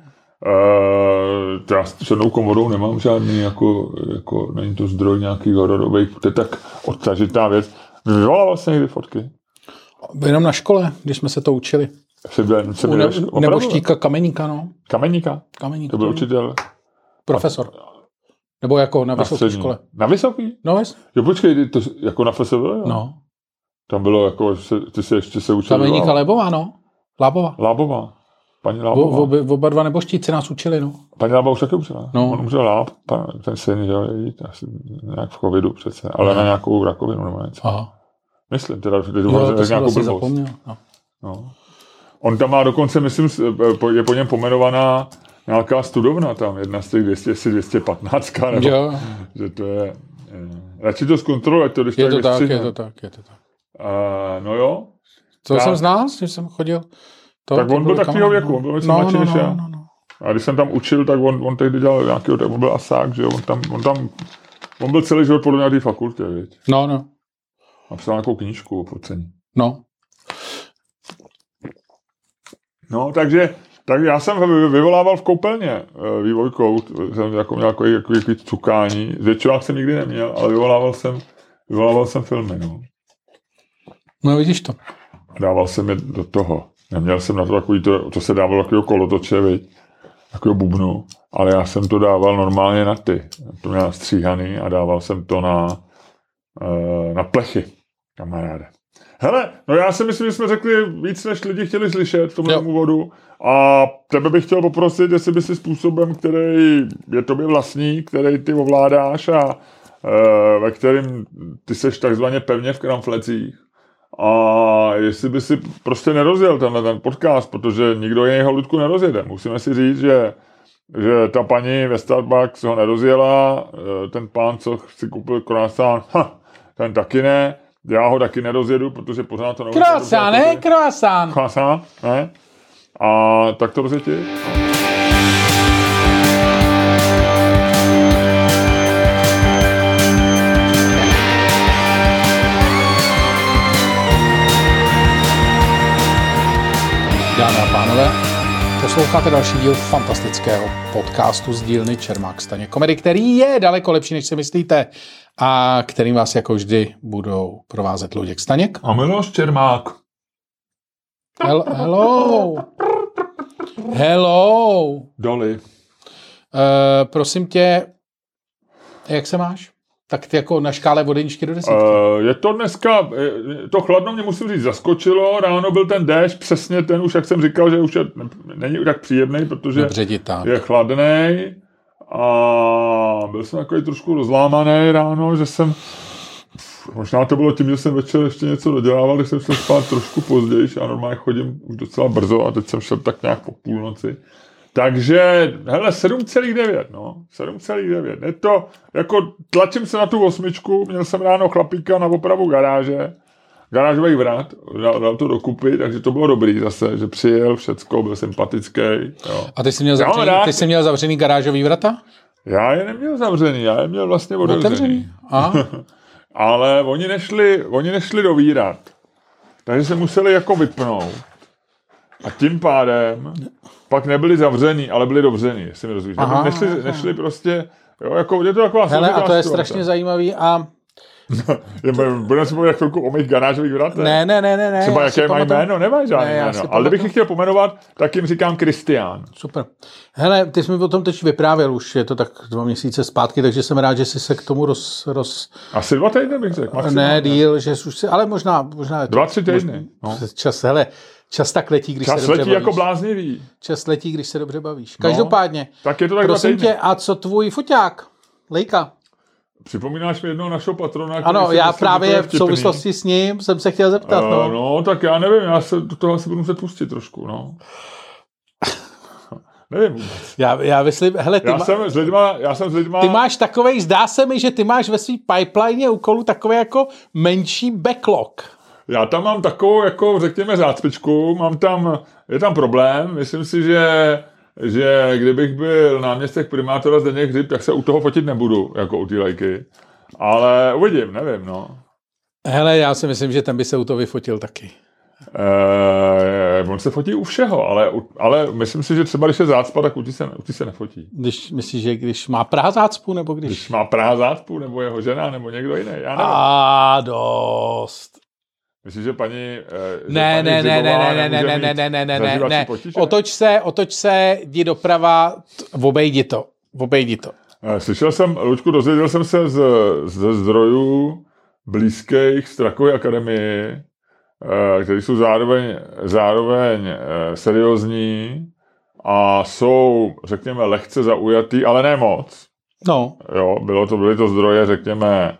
Já s černou komorou nemám žádný, jako není to zdroj nějakých hororových, to je tak odtažitá věc. Vyvolával jsi někdy fotky? Jenom na škole, když jsme se to učili. U neboštíka Kameníka, no. Kameníka? To byl učitel. Profesor. Nebo jako na vysoké škole. Na vysoký? No, ves. Jo, počkej, to jako na FSV, jo? No. Tam bylo jako, ty se ještě se učil. Kameníka Lebová, no. Lábová. Paní Lábová. Oba dva neboštíci nás učili, no. Paní Lábová už taky učila. No. On umřel Láb, ten syn, že asi nějak v covidu přece, ale na nějakou rakovinu nebo něco. Aha. Myslím, teda, že to jsem vlastně zapomněl. No. On tam má dokonce, myslím, je po něm pomenovaná nějaká studovna tam, jedna z těch 215, nebo, že to je... Radši to zkontroluje, to když je to tak. No jo. Co jsem znal, když jsem chodil? Tak on byl takovýho věku, on byl něco mladší než já. A když jsem tam učil, tak on tehdy dělal nějakého, tak on byl asák, že jo, on byl celý život podle nějaké fakultě, viď? No. Napsal nějakou knížku o focení. No, takže já jsem vyvolával v koupelně vývojkou, jsem jako měl takový cukání, zvětšovák jsem nikdy neměl, ale vyvolával jsem filmy, no. No, vidíš to. Dával jsem je do toho. Neměl jsem na to takový, to se dávalo takového kolotoče, viď? Takového bubnu, ale já jsem to dával normálně na to měl stříhaný a dával jsem to na plechy, kamaráde. Hele, no já si myslím, že jsme řekli víc, než lidi chtěli slyšet v tomhle úvodu a tebe bych chtěl poprosit, jestli by si způsobem, který je tobě vlastní, který ty ovládáš a ve kterým ty seš takzvaně pevně v kramflecích a jestli by si prostě nerozjel ten podcast, protože nikdo jiného, Ludku, nerozjede. Musíme si říct, že ta paní ve Starbucks ho nerozjela, ten pán, co si koupil croissant, ten taky ne, já ho taky nerozjedu, protože pořád to neumím. Croissant, ne? Croissant. Croissant, ne? A tak to rozjetí. Dámy a pánové, posloucháte další díl fantastického podcastu z dílny Čermák Staněk Komedy, který je daleko lepší, než si myslíte a kterým vás jako vždy budou provázet Luděk Staněk. A Miloš Čermák. Hello. Doli. Prosím tě, jak se máš? Tak ty jako na škále od 1 do 10. Je to dneska, to chladno mě musím říct zaskočilo, ráno byl ten déšť, přesně ten už, jak jsem říkal, že už není tak příjemný, protože je chladnej a byl jsem takový trošku rozlámaný ráno, že jsem, možná to bylo tím, že jsem večer ještě něco dodělával, když jsem šel spát trošku později a normálně chodím už docela brzo a teď jsem šel tak nějak po půlnoci. Takže, hele, 7,9, no, 7,9. Je to, jako tlačím se na tu 8, měl jsem ráno chlapíka na opravu garážových vrat, dal to dokupy, takže to bylo dobrý zase, že přijel všecko, byl sympatický. Jo. A ty jsi měl zavřený garážový vrata? Já je neměl zavřený, já je měl vlastně otevřený. Ale oni nešli dovírat, takže se museli jako vypnout. A tím pádem pak nebyli zavřený, ale byli dovřený, jestli mi rozumíš. Nešli prostě, jo, jako je to taková hele, a to je strašně zajímavý a... Budeme si povědět chvilku o mých garážových vratech. Ne. Třeba jaké mají jméno, nemá žádné jméno. Ale kdybych jich chtěl pomenovat, tak jim říkám Kristián. Super. Hele, ty jsi mi o tom teď vyprávěl, už je to tak 2 měsíce zpátky, takže jsem rád, že jsi se k tomu Asi 2 týdny bych řekl. Ne, díl, že už si, ale možná 2-3 týdny. Čas tak letí, když čas se dobře letí bavíš. jako bláznivý. Čas letí, když se dobře bavíš. Každopádně, tak je to tak prosím tě, a co tvůj foťák? Lejka. Připomínáš mi jednoho našeho patrona? Ano, já právě v souvislosti s ním jsem se chtěl zeptat. No, tak já nevím, já se do toho asi budu muset pustit trošku, no. Nevím vůbec. Já myslím, hele, já jsem s lidma... Ty máš takovej, zdá se mi, že ty máš ve svý pipeline úkolů takový jako menší backlog. Já tam mám takovou, jako řekněme, zácpičku, je tam problém, myslím si, že kdybych byl náměstek primátora Zdeněk Hřib, tak se u toho fotit nebudu, jako u té lajky. Ale uvidím, nevím, no. Hele, já si myslím, že ten by se u toho vyfotil taky. On se fotí u všeho, ale myslím si, že třeba když je zácpa, tak u tí se nefotí. Myslíš, že když má Praha zácpu, nebo když... Když má Praha zácpu, nebo jeho žena, nebo někdo jiný, já nevím. Dost. Myslíš, že paní... Ne. Otoč se, jdi doprava, obejdi to. Slyšel jsem, Luďku, dozvěděl jsem se ze zdrojů blízkých Strakově akademii, kteří jsou zároveň seriózní a jsou, řekněme, lehce zaujatý, ale ne moc. No. Jo, byly to zdroje, řekněme,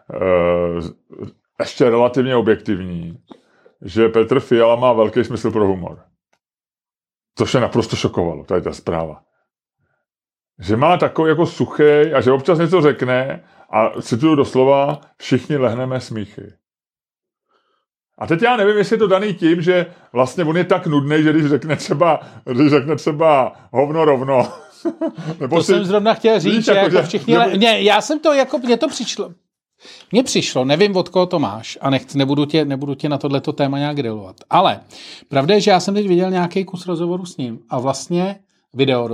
ještě relativně objektivní, že Petr Fiala má velký smysl pro humor. Což je naprosto šokovalo, tady ta zpráva. Že má takový jako suchý a že občas něco řekne a cituju doslova, všichni lehneme smíchy. A teď já nevím, jestli je to daný tím, že vlastně on je tak nudný, že když řekne třeba hovno rovno. To jsem zrovna chtěl říct, že jako všichni... Já jsem to, jako mně to přišlo. Mně přišlo, nevím, od koho to máš a nebudu tě na tohleto téma nějak grilovat. Ale pravda je, že já jsem teď viděl nějaký kus rozhovoru s ním a vlastně video rozhovoru.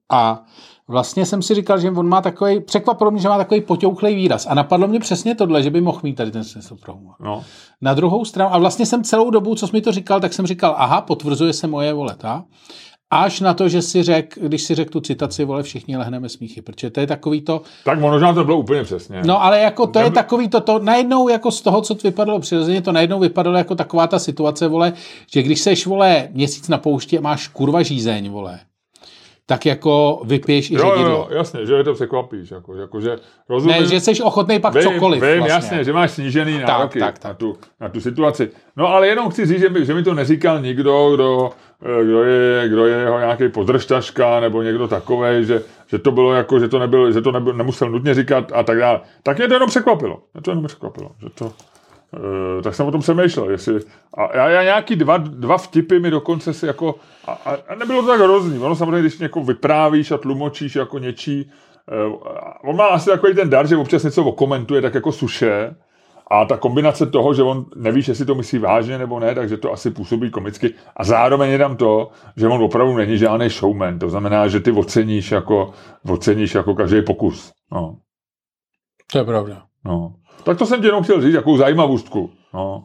A vlastně jsem si říkal, že on má takový, překvapilo mě, že má takový poťouchlej výraz. A napadlo mě přesně tohle, že by mohl mít tady ten smysl pro humor. No. Na druhou stranu, a vlastně jsem celou dobu, co jsi mi to říkal, tak jsem říkal, aha, potvrzuje se moje voleta. Až na to, že si když si řekl tu citaci, vole, všichni lehneme smíchy, protože to je takový to... Tak možná to bylo úplně přesně. No, ale jako to je takový to najednou jako z toho, co vypadalo přirozeně, to najednou vypadalo jako taková ta situace, vole, že když seš, vole, měsíc na poušti a máš kurva žízeň, vole, tak jako vypiješ i ředidlo. Jo, jasně, že to překvapíš, jako že rozumím. Ne, že jsi ochotnej pak cokoliv. Vím, vlastně. Jasně, že máš snížený nároky tak. Na tu situaci. No ale jenom chci říct, že mi to neříkal nikdo, kdo je jeho nějaký podržtaška nebo někdo takovej, že to bylo jako, že to nemusel nutně říkat a tak dále. Tak mě to jenom překvapilo. Že to, tak jsem o tom přemýšlel, jestli... A já nějaký dva vtipy mi dokonce si jako... A nebylo to tak hrozný. Ono samozřejmě, když někoho vyprávíš a tlumočíš jako něčí... On má asi takový ten dar, že občas něco okomentuje tak jako suše. A ta kombinace toho, že on nevíš, jestli to myslí vážně nebo ne, takže to asi působí komicky. A zároveň je tam to, že on opravdu není žádný showman. To znamená, že ty oceníš jako každý pokus. No. To je pravda. No. Tak to jsem ti jenom chtěl říct, jakou zajímavostku. No.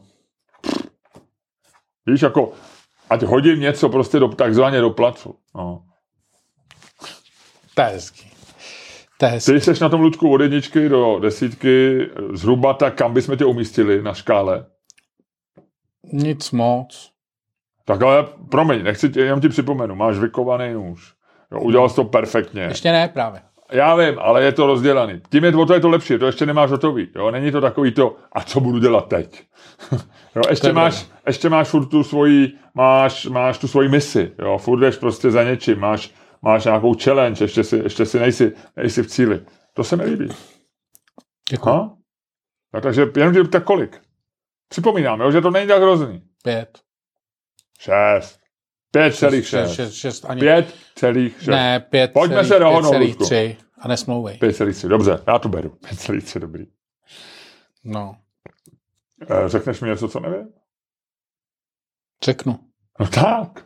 Víš, jako, ať hodím něco prostě takzvaně do placu. No. To je hezký. Ty jsi na tom, Luďku, od 1 do 10, zhruba tak, kam bychom tě umístili na škále? Nic moc. Tak ale, promiň, jenom ti připomenu, máš vykovaný nůž. Jo, udělal jsi to perfektně. Ještě ne, právě. Já vím, ale je to rozdělaný. Tím je to lepší, to ještě nemáš hotový. Jo? Není to takový to, a co budu dělat teď? Jo, ještě máš furt tu svoji, máš tu svoji misi. Jo? Furt jdeš prostě za něčím, máš nějakou challenge, ještě si nejsi v cíli. To se mi líbí. Děkuji. No, takže jenom tak kolik? Připomínám, jo, že to není tak hrozný. 5. 6. 5,6. 5,6. Ne, 5. Pojďme se dohodnout. 5,3 a nesmlouvej. 5,3, dobře, já to beru. 5,3, dobrý. No. Řekneš mi něco, co nevím? Řeknu. No tak.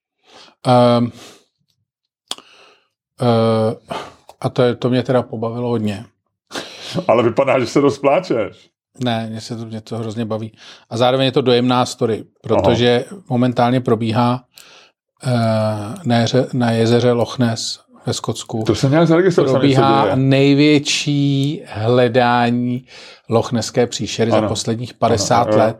A to mě teda pobavilo hodně. Ale vypadá, že se rozpláčeš. Ne, mě to hrozně baví. A zároveň je to dojemná story, protože momentálně probíhá na jezeře Loch Ness ve Skotsku. To se nějak zaregistroval. Probíhá největší hledání lochnesské příšery za posledních 50 let,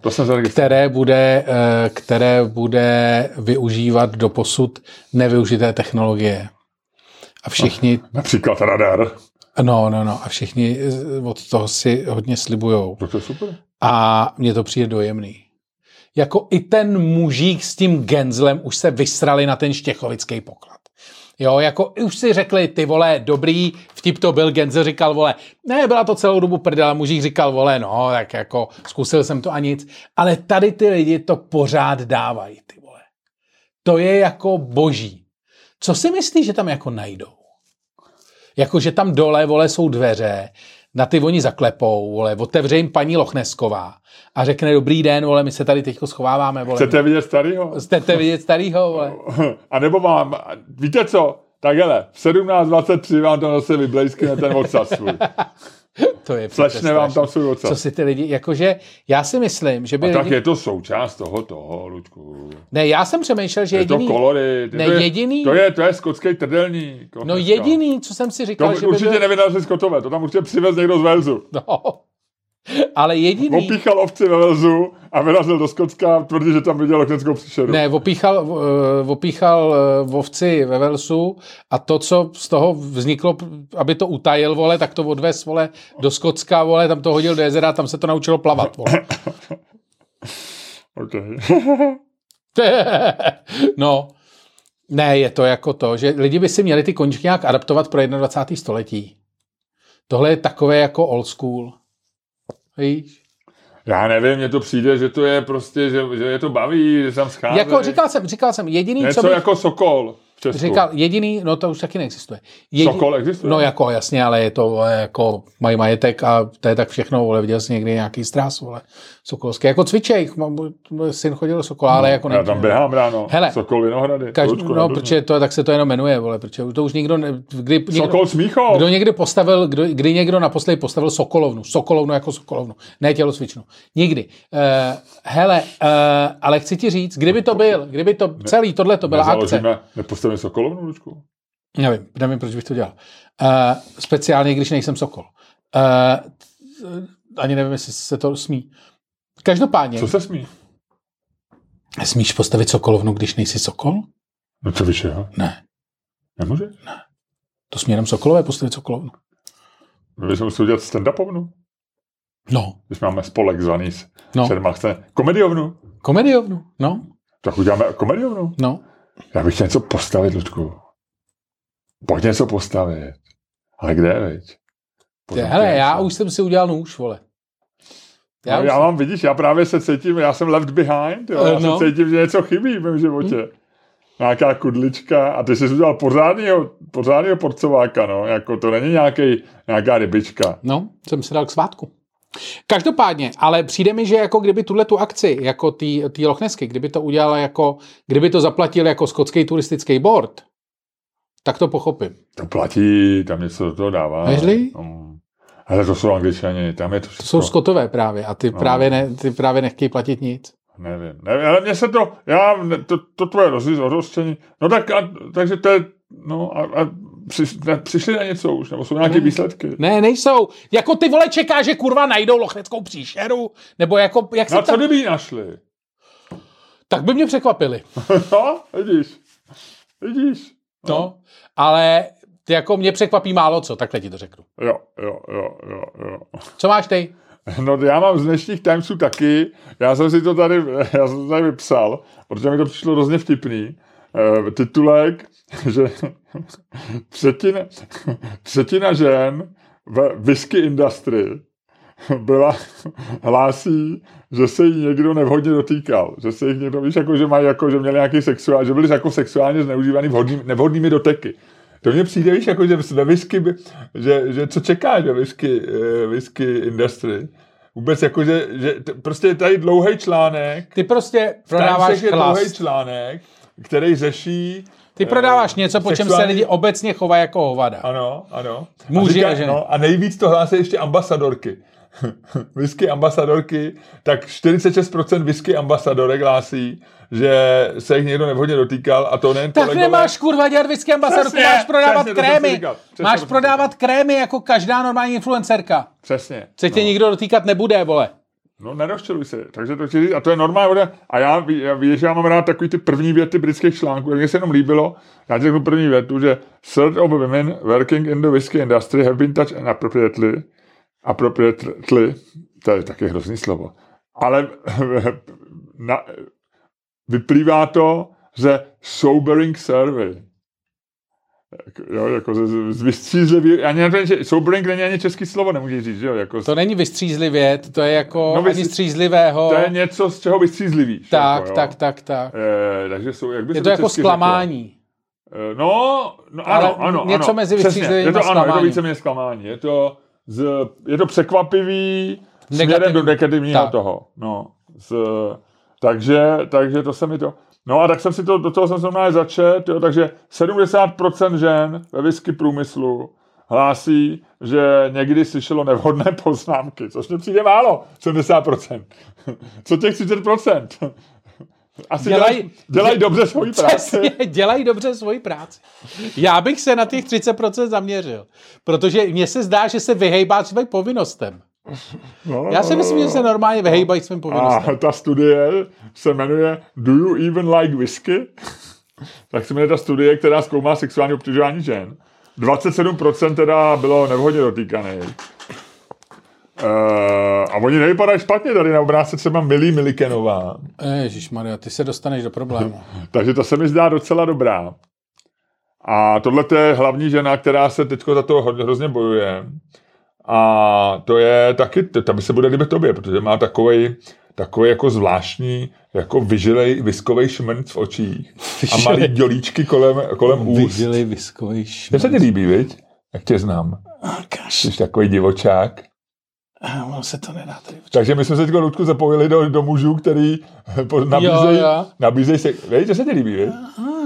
které bude využívat doposud nevyužité technologie. A všichni... Například radar. No. A všichni od toho si hodně slibujou. To je super. A mně to přijde dojemný. Jako i ten mužík s tím genzlem už se vysrali na ten štěchovický poklad. Jo, jako už si řekli, ty vole, dobrý, vtip to byl, Genzel říkal, vole, ne, byla to celou dobu prdela, mužík říkal, vole, no, tak jako zkusil jsem to a nic. Ale tady ty lidi to pořád dávají, ty vole. To je jako boží. Co si myslíš, že tam jako najdou? Jako, že tam dole, vole, jsou dveře, na ty oni zaklepou, vole, otevře jim paní Lochnesková a řekne, dobrý den, vole, my se tady teďko schováváme, vole. Chcete vidět starýho? Chcete vidět starýho, vole. A nebo vám, víte co, tak hele, v 17:23 vám tam zase vyblejskne ten odsaz svůj. To je flashne vám tam svůj odsaz. Co si ty lidi, jakože, já si myslím, že by lidi... tak je to součást toho, Luďku. Ne, já jsem přemýšlel, že jediný... Je to kolorit. Jediný... To je skotský trdelník. No jediný, co jsem si říkal, to že určitě nevydal z Skotové, to tam určitě přivez někdo z Walesu. No, ale jediný... Opíchal ovci ve Walesu a vyrazil do Skotska, tvrdí, že tam viděl lochneskou příšeru. Ne, opíchal ovci ve Walesu a to, co z toho vzniklo, aby to utajil, vole, tak to odvez, vole, do Skotska, vole, tam to hodil do jezera a tam se to naučilo plavat, vole. Okay. No, ne, je to jako to, že lidi by si měli ty koníčky nějak adaptovat pro 21. století. Tohle je takové jako old school. Víš? Já nevím, mně to přijde, že to je prostě, že je to baví, že tam schází. Jako říkal jsem, jediný, něco co bych... jako Sokol. Říkal, jediný, no to už taky neexistuje. Sokol existuje? No jako jasně, ale je to jako mají majetek a to je tak všechno, vole, viděl jsi někdy nějaký strás, vole, sokolský, jako cvičej, syn chodil do Sokola, ale jako já tam běhám ráno, hele, Sokol Vinohrady. No, protože to, tak se to jenom jmenuje, vole, protože to už nikdo, Sokol Smíchov. Kdy někdo naposledy postavil Sokolovnu jako Sokolovnu, ne tělocvičnu, nikdy. Ale chci ti říct, kdyby to celý tohle to byla akce. Nepostavíme Sokolovnu, Lučku? Nevím, proč bych to dělal. Speciálně, když nejsem Sokol. Ani nevím, jestli se to smí. Každopádně. Co se smí? Smíš postavit Sokolovnu, když nejsi Sokol? No co víš, jo? Ne. Nemůže? Ne. To smí jenom Sokolové postavit Sokolovnu. My bychom museli udělat stand-upovnu. No. Když máme spolek zvaný komediovnu. Komediovnu, no. Tak uděláme komediovnu. No. Já bych chtěl něco postavit, Lučku. Pojď něco postavit. Ale kde, veď? Hele, já už jsem si udělal nůž, vole. Já mám, vidíš, já právě se cítím, já jsem left behind, jo, já se cítím, že něco chybí v mém životě. Nějaká kudlička a ty jsi udělal pořádnýho porcováka, no, jako to není nějaká rybička. No, jsem si dal k svátku. Každopádně, ale přijde mi, že jako kdyby tu akci, jako tý Lochnesky, kdyby to udělal jako, kdyby to zaplatil jako skotský turistický board, tak to pochopím. To platí, tam něco do toho dává. Nežli? Ale to jsou Angličani, tam je to všechno. To jsou Skotové právě a ty právě nechtějí platit nic. Nevím, ale mně se to tvoje rozhořčení, no takže to je, no a přišli na něco už, nebo jsou nějaké výsledky? Ne, nejsou. Jako ty vole čeká, že kurva najdou lochnickou příšeru, nebo jako, jak se tam... co kdyby ji našli? Tak by mě překvapili. No, vidíš. No, ale jako mě překvapí málo co, takhle ti to řeknu. Jo. Co máš ty? No já mám z dnešních Timesů taky, já jsem to tady vypsal, protože mi to přišlo hrozně vtipný. Titulek, že třetina žen ve whisky industry hlásí, že se jí někdo nevhodně dotýkal. Že se jich někdo, víš, jako, že mají, jako, že měli nějaký sexuální, že byli jako sexuálně zneužívaný nevhodnými doteky. To mně přijde, víš, jako, že ve whisky, že co čekáš ve whisky industry? Vůbec jako, že prostě je tady dlouhý článek. Ty prostě prodáváš chlast. Dlouhý článek, který řeší... Ty prodáváš něco, po čem se lidi obecně chovají jako hovada. Ano. Muži a ženy. No, a nejvíc to hlásí ještě ambasadorky. Whisky ambasadorky, tak 46% whisky ambasadorek hlásí, že se jich někdo nevhodně dotýkal a to nejen tak kolegové. Nemáš kurva dělat whisky ambasadorku, máš prodávat krémy. Máš prodávat krémy jako každá normální influencerka. Přesně. Se tě nikdo dotýkat nebude, vole. No nerozčiluj se, takže to chci, a to je normální. A já víš, já mám rád takový ty první věty britských článků, tak mně se jenom líbilo, já ti řeknu první větu, že third of women working in the whisky industry have been touched inappropriately, to je taky hrozný slovo, ale vyplývá to ze sobering survey. Jo, jako z vystřízlivě, ani na to, že sobering není ani český slovo, nemůžeš říct, že jo? Jako to není vystřízlivě, to je jako ani střízlivého. To je něco, z čeho vystřízlivíš. Tak, jako, tak. Takže jsou, jak by je to jako zklamání. No, ano. Něco mezi vystřízlivým a zklamáním. Je to víceméně zklamání. Je to překvapivý směrem do negativního toho. No, takže to se mi to... No a tak jsem si do toho jsem se normálně začet, jo, takže 70% žen ve whisky průmyslu hlásí, že někdy slyšelo nevhodné poznámky, což mě přijde málo, 70%. Co těch 30%? Asi dělají dobře svoji práci. Dělají dobře svoji práci. Já bych se na těch 30% zaměřil, protože mně se zdá, že se vyhejbá svým povinnostem. Já si myslím, že se normálně vyhejbají svým povinnostem. A ta studie se jmenuje Do you even like whisky? Tak se jmenuje ta studie, která zkoumá sexuální obtěžování žen. 27% teda bylo nevhodně dotýkaných. A oni nevypadají špatně tady na obrázce třeba Millie Milikenová. Ježišmarja, ty se dostaneš do problému. Takže to se mi zdá docela dobrá. A tohle je hlavní žena, která se teďko za to hrozně bojuje. A to je taky, ta by se bude líbit tobě, protože má takový jako zvláštní, jako vyžilej viskovej šmrnc v očích a malý dělíčky kolem úst. Vyžilej viskovej šmrnc. To se ti líbí, viď? Jak tě znám. Jsi takový divočák. Ono se to nedá tady. Takže my jsme se teď Ludku zapojili do mužů, který nabízejí se... Víš, to se ti líbí, viď?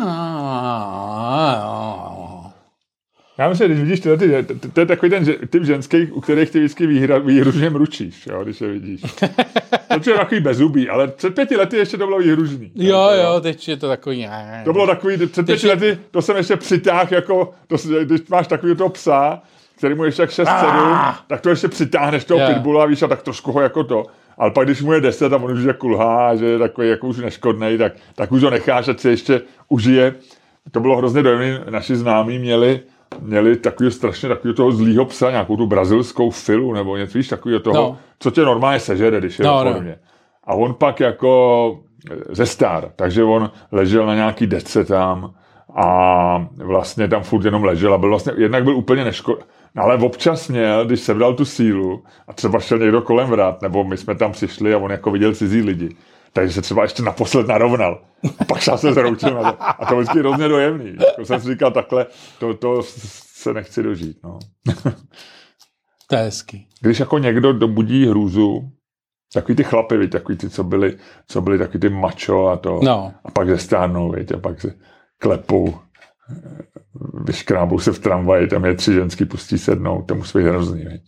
Já myslím, když vidíš, to je takový ten typ ženský, u kterých ty vždycky výhružně mručíš, jo, když je vidíš. To je takový bezzubý, ale před 5 lety ještě to bylo výhružný. Jo, teď je to takový... To bylo takový, před 5 lety, to jsem ještě přitáhl, jako, když máš takový toho psa, který mu ještě tak 6-7, tak to ještě přitáhneš toho pitbulla, víš, a tak trošku ho jako to. Ale pak, když mu je 10 a on už je kulhá, že je takový jako už neškodnej, tak už ho necháš, ať si ještě užije. To bylo hrozně dojemný, naši známí měli takového toho zlýho psa, nějakou tu brazilskou filu, nebo něco, víš, takového toho, co tě normálně sežere, když je v formě. A on pak jako zestar, takže on ležel na nějaký dece tam a vlastně tam furt jenom ležel a byl vlastně, jednak byl úplně neškodný. No ale občas měl, když sebral tu sílu a třeba šel někdo kolem vrat, nebo my jsme tam přišli a on jako viděl cizí lidi, takže se třeba ještě naposled narovnal. A pak šel se zroutil na to. A to je vždycky hrozně dojemný. Jako jsem si říkal, takhle, to se nechci dožít. No. To je hezký. Když jako někdo dobudí hrůzu, takový ty chlapy, takový ty, co byli takový ty macho a to. No. A pak zestárnou, a pak se klepou, vyškrábou se v tramvaji, tam je 3 ženský, pustí sednout, to musí být hrozný, viď.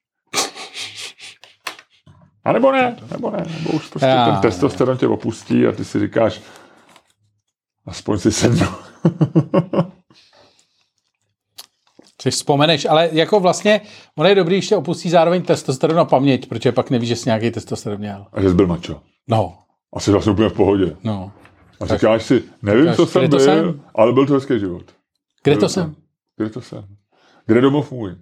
A nebo už prostě ten testosteron tě opustí a ty si říkáš, aspoň si sednu. Což vzpomeneš, ale jako vlastně ono je dobrý, když tě opustí zároveň testosteron a paměť, protože pak nevíš, že jsi nějaký testosteron měl. A že jsi byl mačo. No. A jsi vlastně úplně v pohodě. No. A říkáš si, nevím, co jsem byl, ale byl to hezký život. Kde to jsem? Kde domov můj?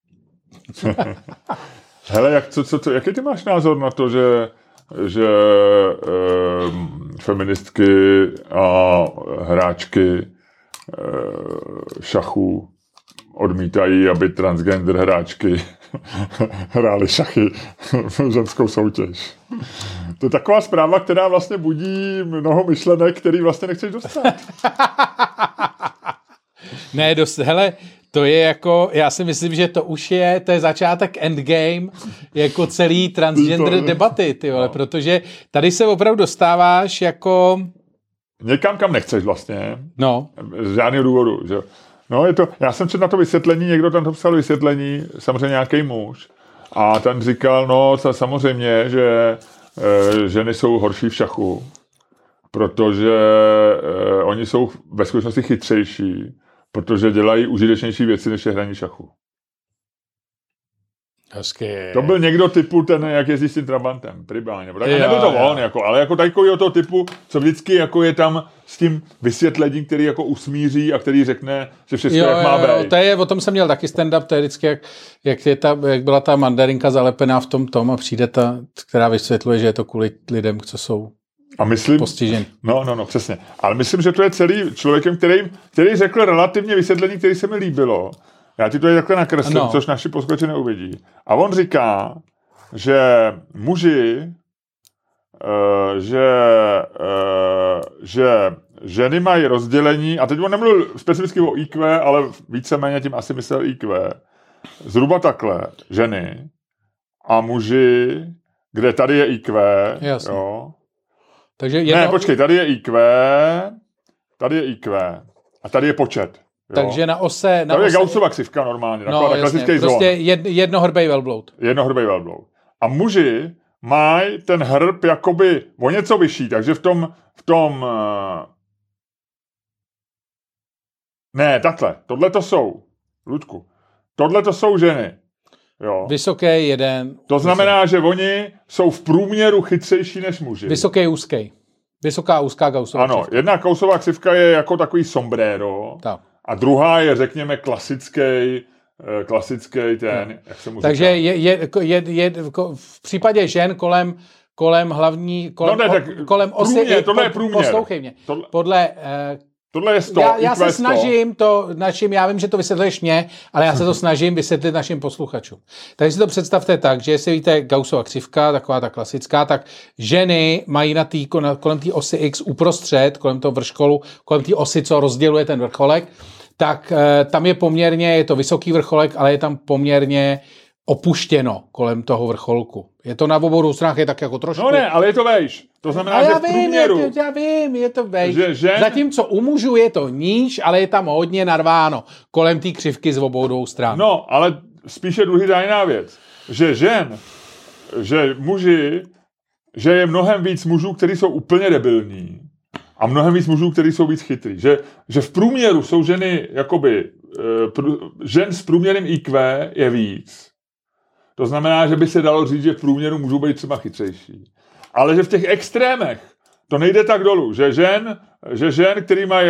Hele, jaký ty máš názor na to, že feministky a hráčky šachu odmítají, aby transgender hráčky hrály šachy v ženskou soutěž? To je taková zpráva, která vlastně budí mnoho myšlenek, který vlastně nechceš dostat. Ne, hele, to je jako, já si myslím, že to je začátek endgame jako celý transgender debaty, ty vole, protože tady se opravdu dostáváš jako... Někam, kam nechceš vlastně. No. Z žádného důvodu, že? No, je to, já jsem četl na to vysvětlení, někdo tam to psal vysvětlení, samozřejmě nějaký muž, a ten říkal, no, samozřejmě, že ženy jsou horší v šachu, protože oni jsou ve skutečnosti chytřejší, protože dělají užitečnější věci, než je hraní šachu. Hezky. To byl někdo typu ten, jak jezdí s tím Trabantem, Pribáň, nebo tak. Nebyl to on, jako, ale jako takovýho toho typu, co vždycky jako je tam s tím vysvětlením, který jako usmíří a který řekne, že všechno jak má být. To je, o tom jsem měl taky stand-up, to je vždycky, jak byla ta mandarinka zalepená v tom a přijde ta, která vysvětluje, že je to kvůli lidem, co jsou postižen. No, přesně. Ale myslím, že to je celý člověkem, který řekl relativně vysvětlení, který se mi líbilo. Já ti to je takhle nakreslím, což naši posluchači neuvidí. A on říká, že muži, že ženy mají rozdělení, a teď on nemluvil specificky o IQ, ale víceméně tím asi myslel IQ. Zhruba takhle, ženy a muži, kde tady je IQ, jo. Takže ne, počkej, tady je IQ a tady je počet. Jo. Takže na ose... To je Gaussova křivka normálně, klasický zón. Prostě jednohrbej velbloud. A muži mají ten hrb jakoby o něco vyšší, takže v tom ne, takhle, tohle to jsou, Ludku, tohle to jsou ženy. Jo. Vysoký jeden. To znamená, že oni jsou v průměru chytřejší než muži. Vysoký úzký. Vysoká úzká Gaussova křivka. Ano, jedna Gaussova křivka je jako takový sombrero. Tak. A druhá je, řekněme, klasický ten, jak se mu říká. Takže v případě žen kolem hlavní, kolem osy. Tohle je průměr. Poslouchej mě. Podle Tohle je 100. Já se snažím já vím, že to vysvětluješ mě, ale já se to snažím vysvětlit našim posluchačům. Takže si to představte tak, že jestli víte Gaussova křivka, taková ta klasická, tak ženy mají kolem té osy X uprostřed, kolem toho vrcholu, kolem té osy, co rozděluje ten vrcholek, tak tam je to vysoký vrcholek, ale je tam poměrně opuštěno kolem toho vrcholku. Je to na obou stranách, je tak jako trošku... No ne, ale je to vejš. To znamená, že v průměru... Já vím, je to vejš. Zatímco u mužů je to níž, ale je tam hodně narváno kolem té křivky z obou dvou stran. No, ale spíše důležitá jiná věc. Že je mnohem víc mužů, kteří jsou úplně debilní a mnohem víc mužů, kteří jsou víc chytrý. Že v průměru jsou ženy, žen s průměrem IQ je víc. To znamená, že by se dalo říct, že v průměru můžou být třeba chytřejší. Ale že v těch extrémech to nejde tak dolů, že žen, který má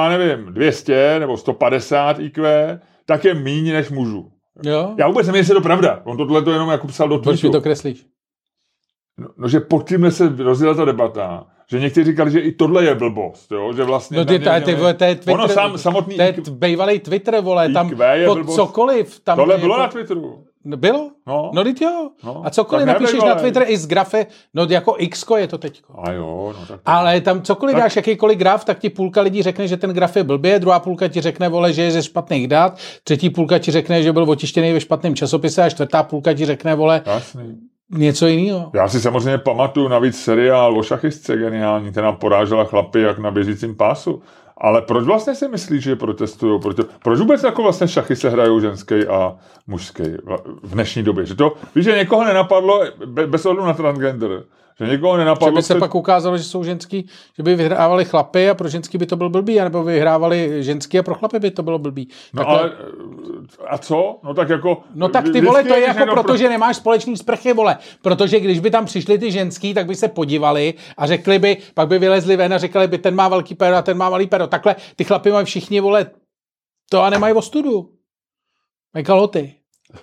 200 nebo 150 IQ, tak je míň než mužů. Jo? Já vůbec nevím, jestli je to pravda. On tohle to jenom jako psal do tweetu. Proč mi to kreslíš? No, že pod tímhle se rozjela ta debata, že někteří říkali, že i tohle je blbost, jo? Že vlastně... No to je Twitter, ono samotný... To je bývalý Twitter, vole, tam pod blbost. Cokoliv. Tam tohle bylo na Twitteru. Bylo? No Teď jo. No. A cokoliv napíšeš na Twitter i z grafy, jako Xko je to teďko. A jo, no tak... Ale tam cokoliv dáš, jakýkoliv graf, tak ti půlka lidí řekne, že ten graf je blbě, druhá půlka ti řekne, vole, že je ze špatných dat, třetí půlka ti řekne, že byl otištěný ve špatném časopise a čtvrtá půlka ti řekne, vole, jasný. Něco jiného. Já si samozřejmě pamatuju navíc seriál o šachistce geniální, ten nám porážela chlapy jak na běžícím pásu. Ale proč vlastně si myslíš, že protestují? Proč vůbec jako vlastně šachy se hrajou ženský a mužský v dnešní době? Že to, víš, že někoho nenapadlo, bez ohledu na transgender, že někoho nenapadlo... Že by se pak ukázalo, že jsou ženský, že by vyhrávali chlapy a pro ženský by to byl blbý, anebo vyhrávali ženský a pro chlapy by to bylo blbý. No ale, a co? No tak jako... No tak ty vole, to je jako proto, že nemáš společný sprchy, vole. Protože když by tam přišli ty ženský, tak by se podívali a řekli by, pak by vylezli ven a řekli by, ten má velký pero a ten má malý pero. Takhle ty chlapi mají všichni, vole, to a nemají ostudu. Mají kalhoty.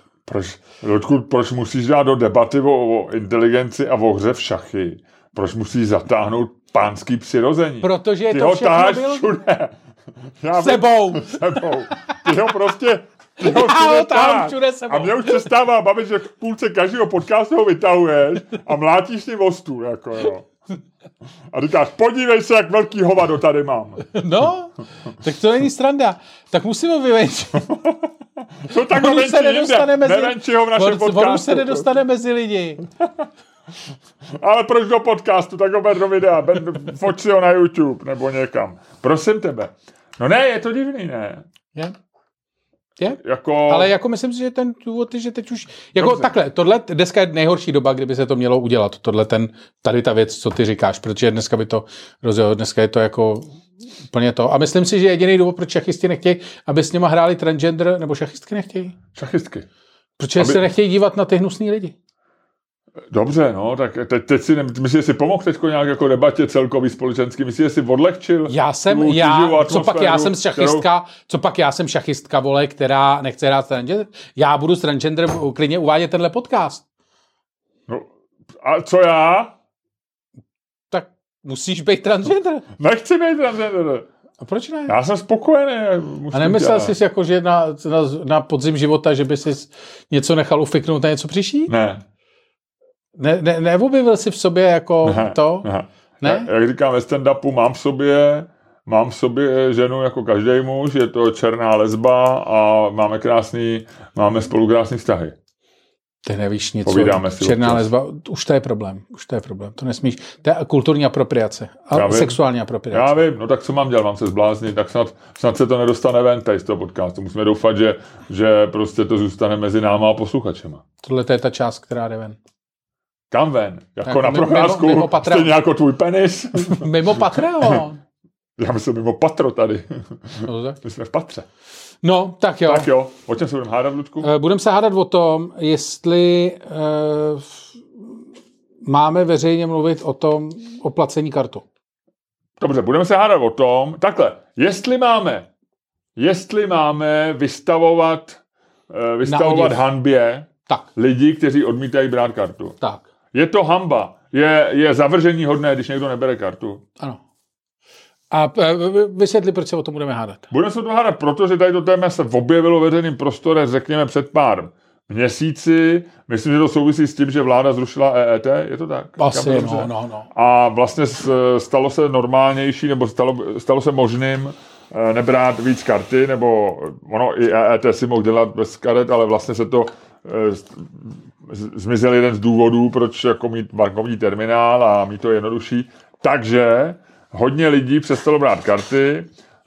Proč musíš dát do debaty o inteligenci a o hře v šachy? Proč musíš zatáhnout pánský přirození? Protože je to všechno byl... všude. Sebou. Ty ho prostě... všude sebou. A mě už se stává bavit, že v půlce každého podcastu ho vytahuješ a mlátíš ním o stůl, jako jo. A říkáš, podívej se, jak velký hovado tady mám. No, tak to není sranda. Tak musím ho vyvenčit. Co tak ho nevenčí ho v našem podcastu. On se nedostane mezi lidi. Ale proč do podcastu, tak ho ber do videa, foť si ho na YouTube nebo někam. Prosím tebe. No ne, je to divný, ne? Je? Ale jako myslím si, že ten důvod je, že teď už... Jako dobře. Takhle, tohle dneska je nejhorší doba, kdyby se to mělo udělat. Tady ta věc, co ty říkáš, protože dneska by to rozjelo, dneska je to jako úplně to. A myslím si, že jediný důvod, proč šachisti nechtějí, aby s nima hráli transgender, nebo šachistky nechtějí? Šachistky. Protože se nechtějí dívat na ty hnusný lidi. Dobře, no, tak teď si myslíš, že si pomohl teďko nějak jako debatě celkový společenský, myslíš, že si odlehčil? Co pak já jsem šachistka, vole, která nechce hrát transgender? Já budu s transgenderem klidně uvádět tenhle podcast. No, a co já? Tak musíš být transgender. Nechci být transgender. A proč ne? Já jsem spokojený. A nemyslel jsi jako, že na podzim života, že by si něco nechal ufiknout a něco přišít? Ne. Neobjevil jsi v sobě jako to? Ne? Jak říkám ve stand-upu, mám v sobě ženu jako každý muž, je to černá lesba a máme spolu krásný vztahy. Ty nevíš nic. Černá lesba, už to je problém. To nesmíš. To je kulturní apropriace. A sexuální apropriace. Já vím, no tak co mám dělat? Mám se zbláznit, tak snad se to nedostane ven tady z toho podcastu. Musíme doufat, že prostě to zůstane mezi náma a posluchačema. Tohle to je ta část, která jde ven. Kam ven? Jako na procházku? Stejně jako tvůj penis? Mimo Patreon. Já myslím mimo patro tady. My jsme v patře. No, tak jo. Tak jo. O čem se budeme hádat, Ludku? Budeme se hádat o tom, jestli máme veřejně mluvit o placení kartu. Dobře, budeme se hádat o tom, takhle, jestli máme vystavovat hanbě lidi, kteří odmítají brát kartu. Tak. Je to hanba. Je zavržení hodné, když někdo nebere kartu. Ano. A vysvětli, proč se o tom budeme hádat. Budeme se o tom hádat, protože tady to téma se objevilo ve veřejném prostoru, řekněme, před pár měsíci. Myslím, že to souvisí s tím, že vláda zrušila EET, je to tak? Asi, no. A vlastně stalo se normálnější, nebo stalo se možným nebrát víc karty, nebo ono i EET si mohl dělat bez karet, ale vlastně se to zmizel jeden z důvodů, proč jako mít bankovní terminál a mít to jednodušší. Takže hodně lidí přestalo brát karty,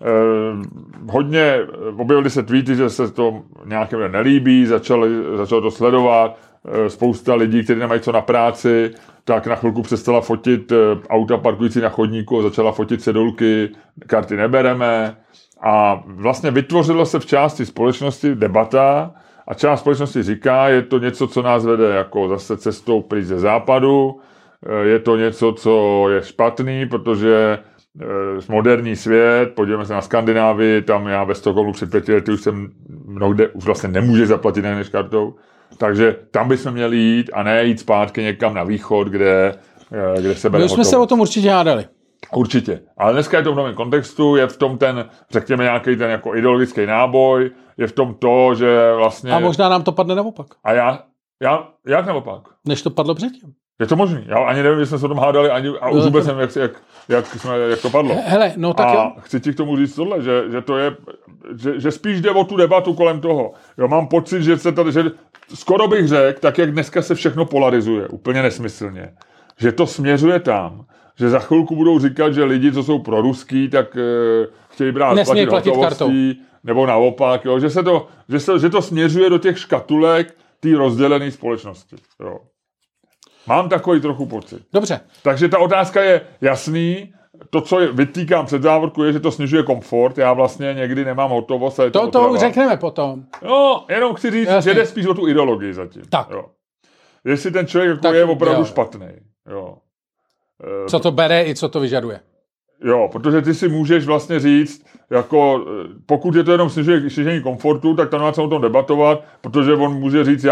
objevily se tweety, že se to nějakým nelíbí, začalo to sledovat, spousta lidí, kteří nemají co na práci, tak na chvilku přestala fotit auta parkující na chodníku a začala fotit cedulky, karty nebereme a vlastně vytvořilo se v části společnosti debata a část společnosti říká, je to něco, co nás vede jako zase cestou pryč ze západu, je to něco, co je špatný, protože moderní svět, podívejme se na Skandinávii, tam já ve Stockholmu před 5 lety už jsem mnohde už vlastně nemůže zaplatit než kartou, takže tam bychom měli jít a ne jít zpátky někam na východ, kde se bere. My jsme se o tom určitě hádali. Určitě, ale dneska je to v novém kontextu, je v tom ten, řekněme, nějaký ten jako ideologický náboj, je v tom to, že vlastně... A možná nám to padne naopak. A jak naopak? Než to padlo předtím. Je to možný. Já ani nevím, jestli jsme se o tom hádali, a už vůbec nevím, jak to padlo. Hele, no tak a chci ti k tomu říct tohle, že to je, že spíš jde o tu debatu kolem toho. Jo, mám pocit, že skoro bych řekl, tak jak dneska se všechno polarizuje, úplně nesmyslně, že to směřuje tam, že za chvilku budou říkat, že lidi, co jsou proruský, tak chtějí brát platit hotovostí, nebo naopak, jo, že to směřuje do těch škatulek té rozdělené společnosti. Jo. Mám takový trochu pocit. Dobře. Takže ta otázka je jasný. To, co vytýkám před závorku, je, že to snižuje komfort. Já vlastně někdy nemám hotovost. A to už řekneme potom. No, jenom chci říct, že jde spíš o tu ideologii zatím. Tak. Jo. Jestli ten člověk jako je opravdu špatný. Jo. Co to bere i co to vyžaduje. Jo, protože ty si můžeš vlastně říct, jako pokud je to jenom snížení komfortu, tak tam nemá co o tom debatovat, protože on může říct,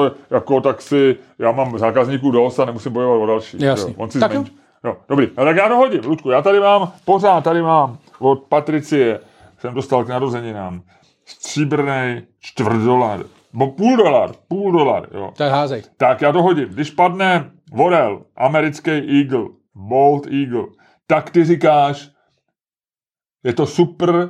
já mám zákazníků dost a nemusím bojovat o další. Jasně. On si no, dobrý, a tak já to hodím, Ludku, já tady mám od Patricie, jsem dostal k narozeninám, stříbrnej $4, bo $0,5, jo. Tak házej. Tak já to hodím. Když padne orel, americký eagle, bald eagle, tak ty říkáš, je to super,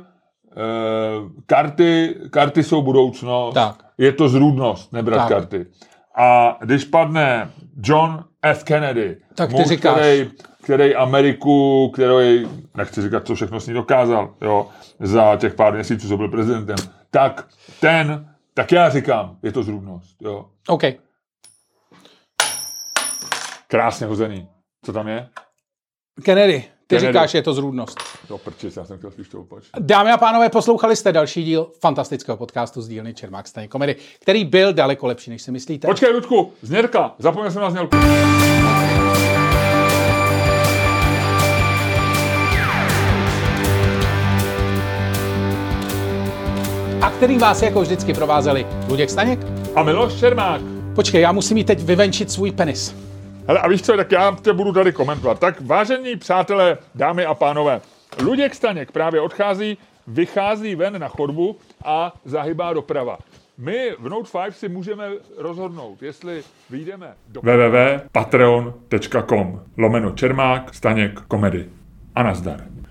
karty jsou budoucnost, tak. Je to zrůdnost nebrat tak. Karty. A když padne John F. Kennedy, tak ty říkáš, který Ameriku, který, nechci říkat, co všechno s ní dokázal, jo, za těch pár měsíců, co byl prezidentem, tak já říkám, je to zrůdnost. Jo. OK. Krásně hozený. Co tam je? Kennedy. Ty říkáš, je to zrůdnost. To prčic, já jsem chtěl spíš to opačně. Dámy a pánové, poslouchali jste další díl fantastického podcastu z dílny Čermák Staněk Komedy, který byl daleko lepší, než si myslíte. Počkej, Ludku, zněrka. Zapomněl jsem na zněrku. A který vás jako vždycky provázeli Luděk Staněk a Miloš Čermák. Počkej, já musím jí teď vyvenčit svůj penis. Hele, a víš co, tak já tě budu tady komentovat. Tak vážení přátelé, dámy a pánové, Luděk Staněk právě vychází ven na chodbu a zahybá doprava. My v Note 5 si můžeme rozhodnout, jestli vyjdeme do www.patreon.com/Čermák Staněk Komedy. A nazdar.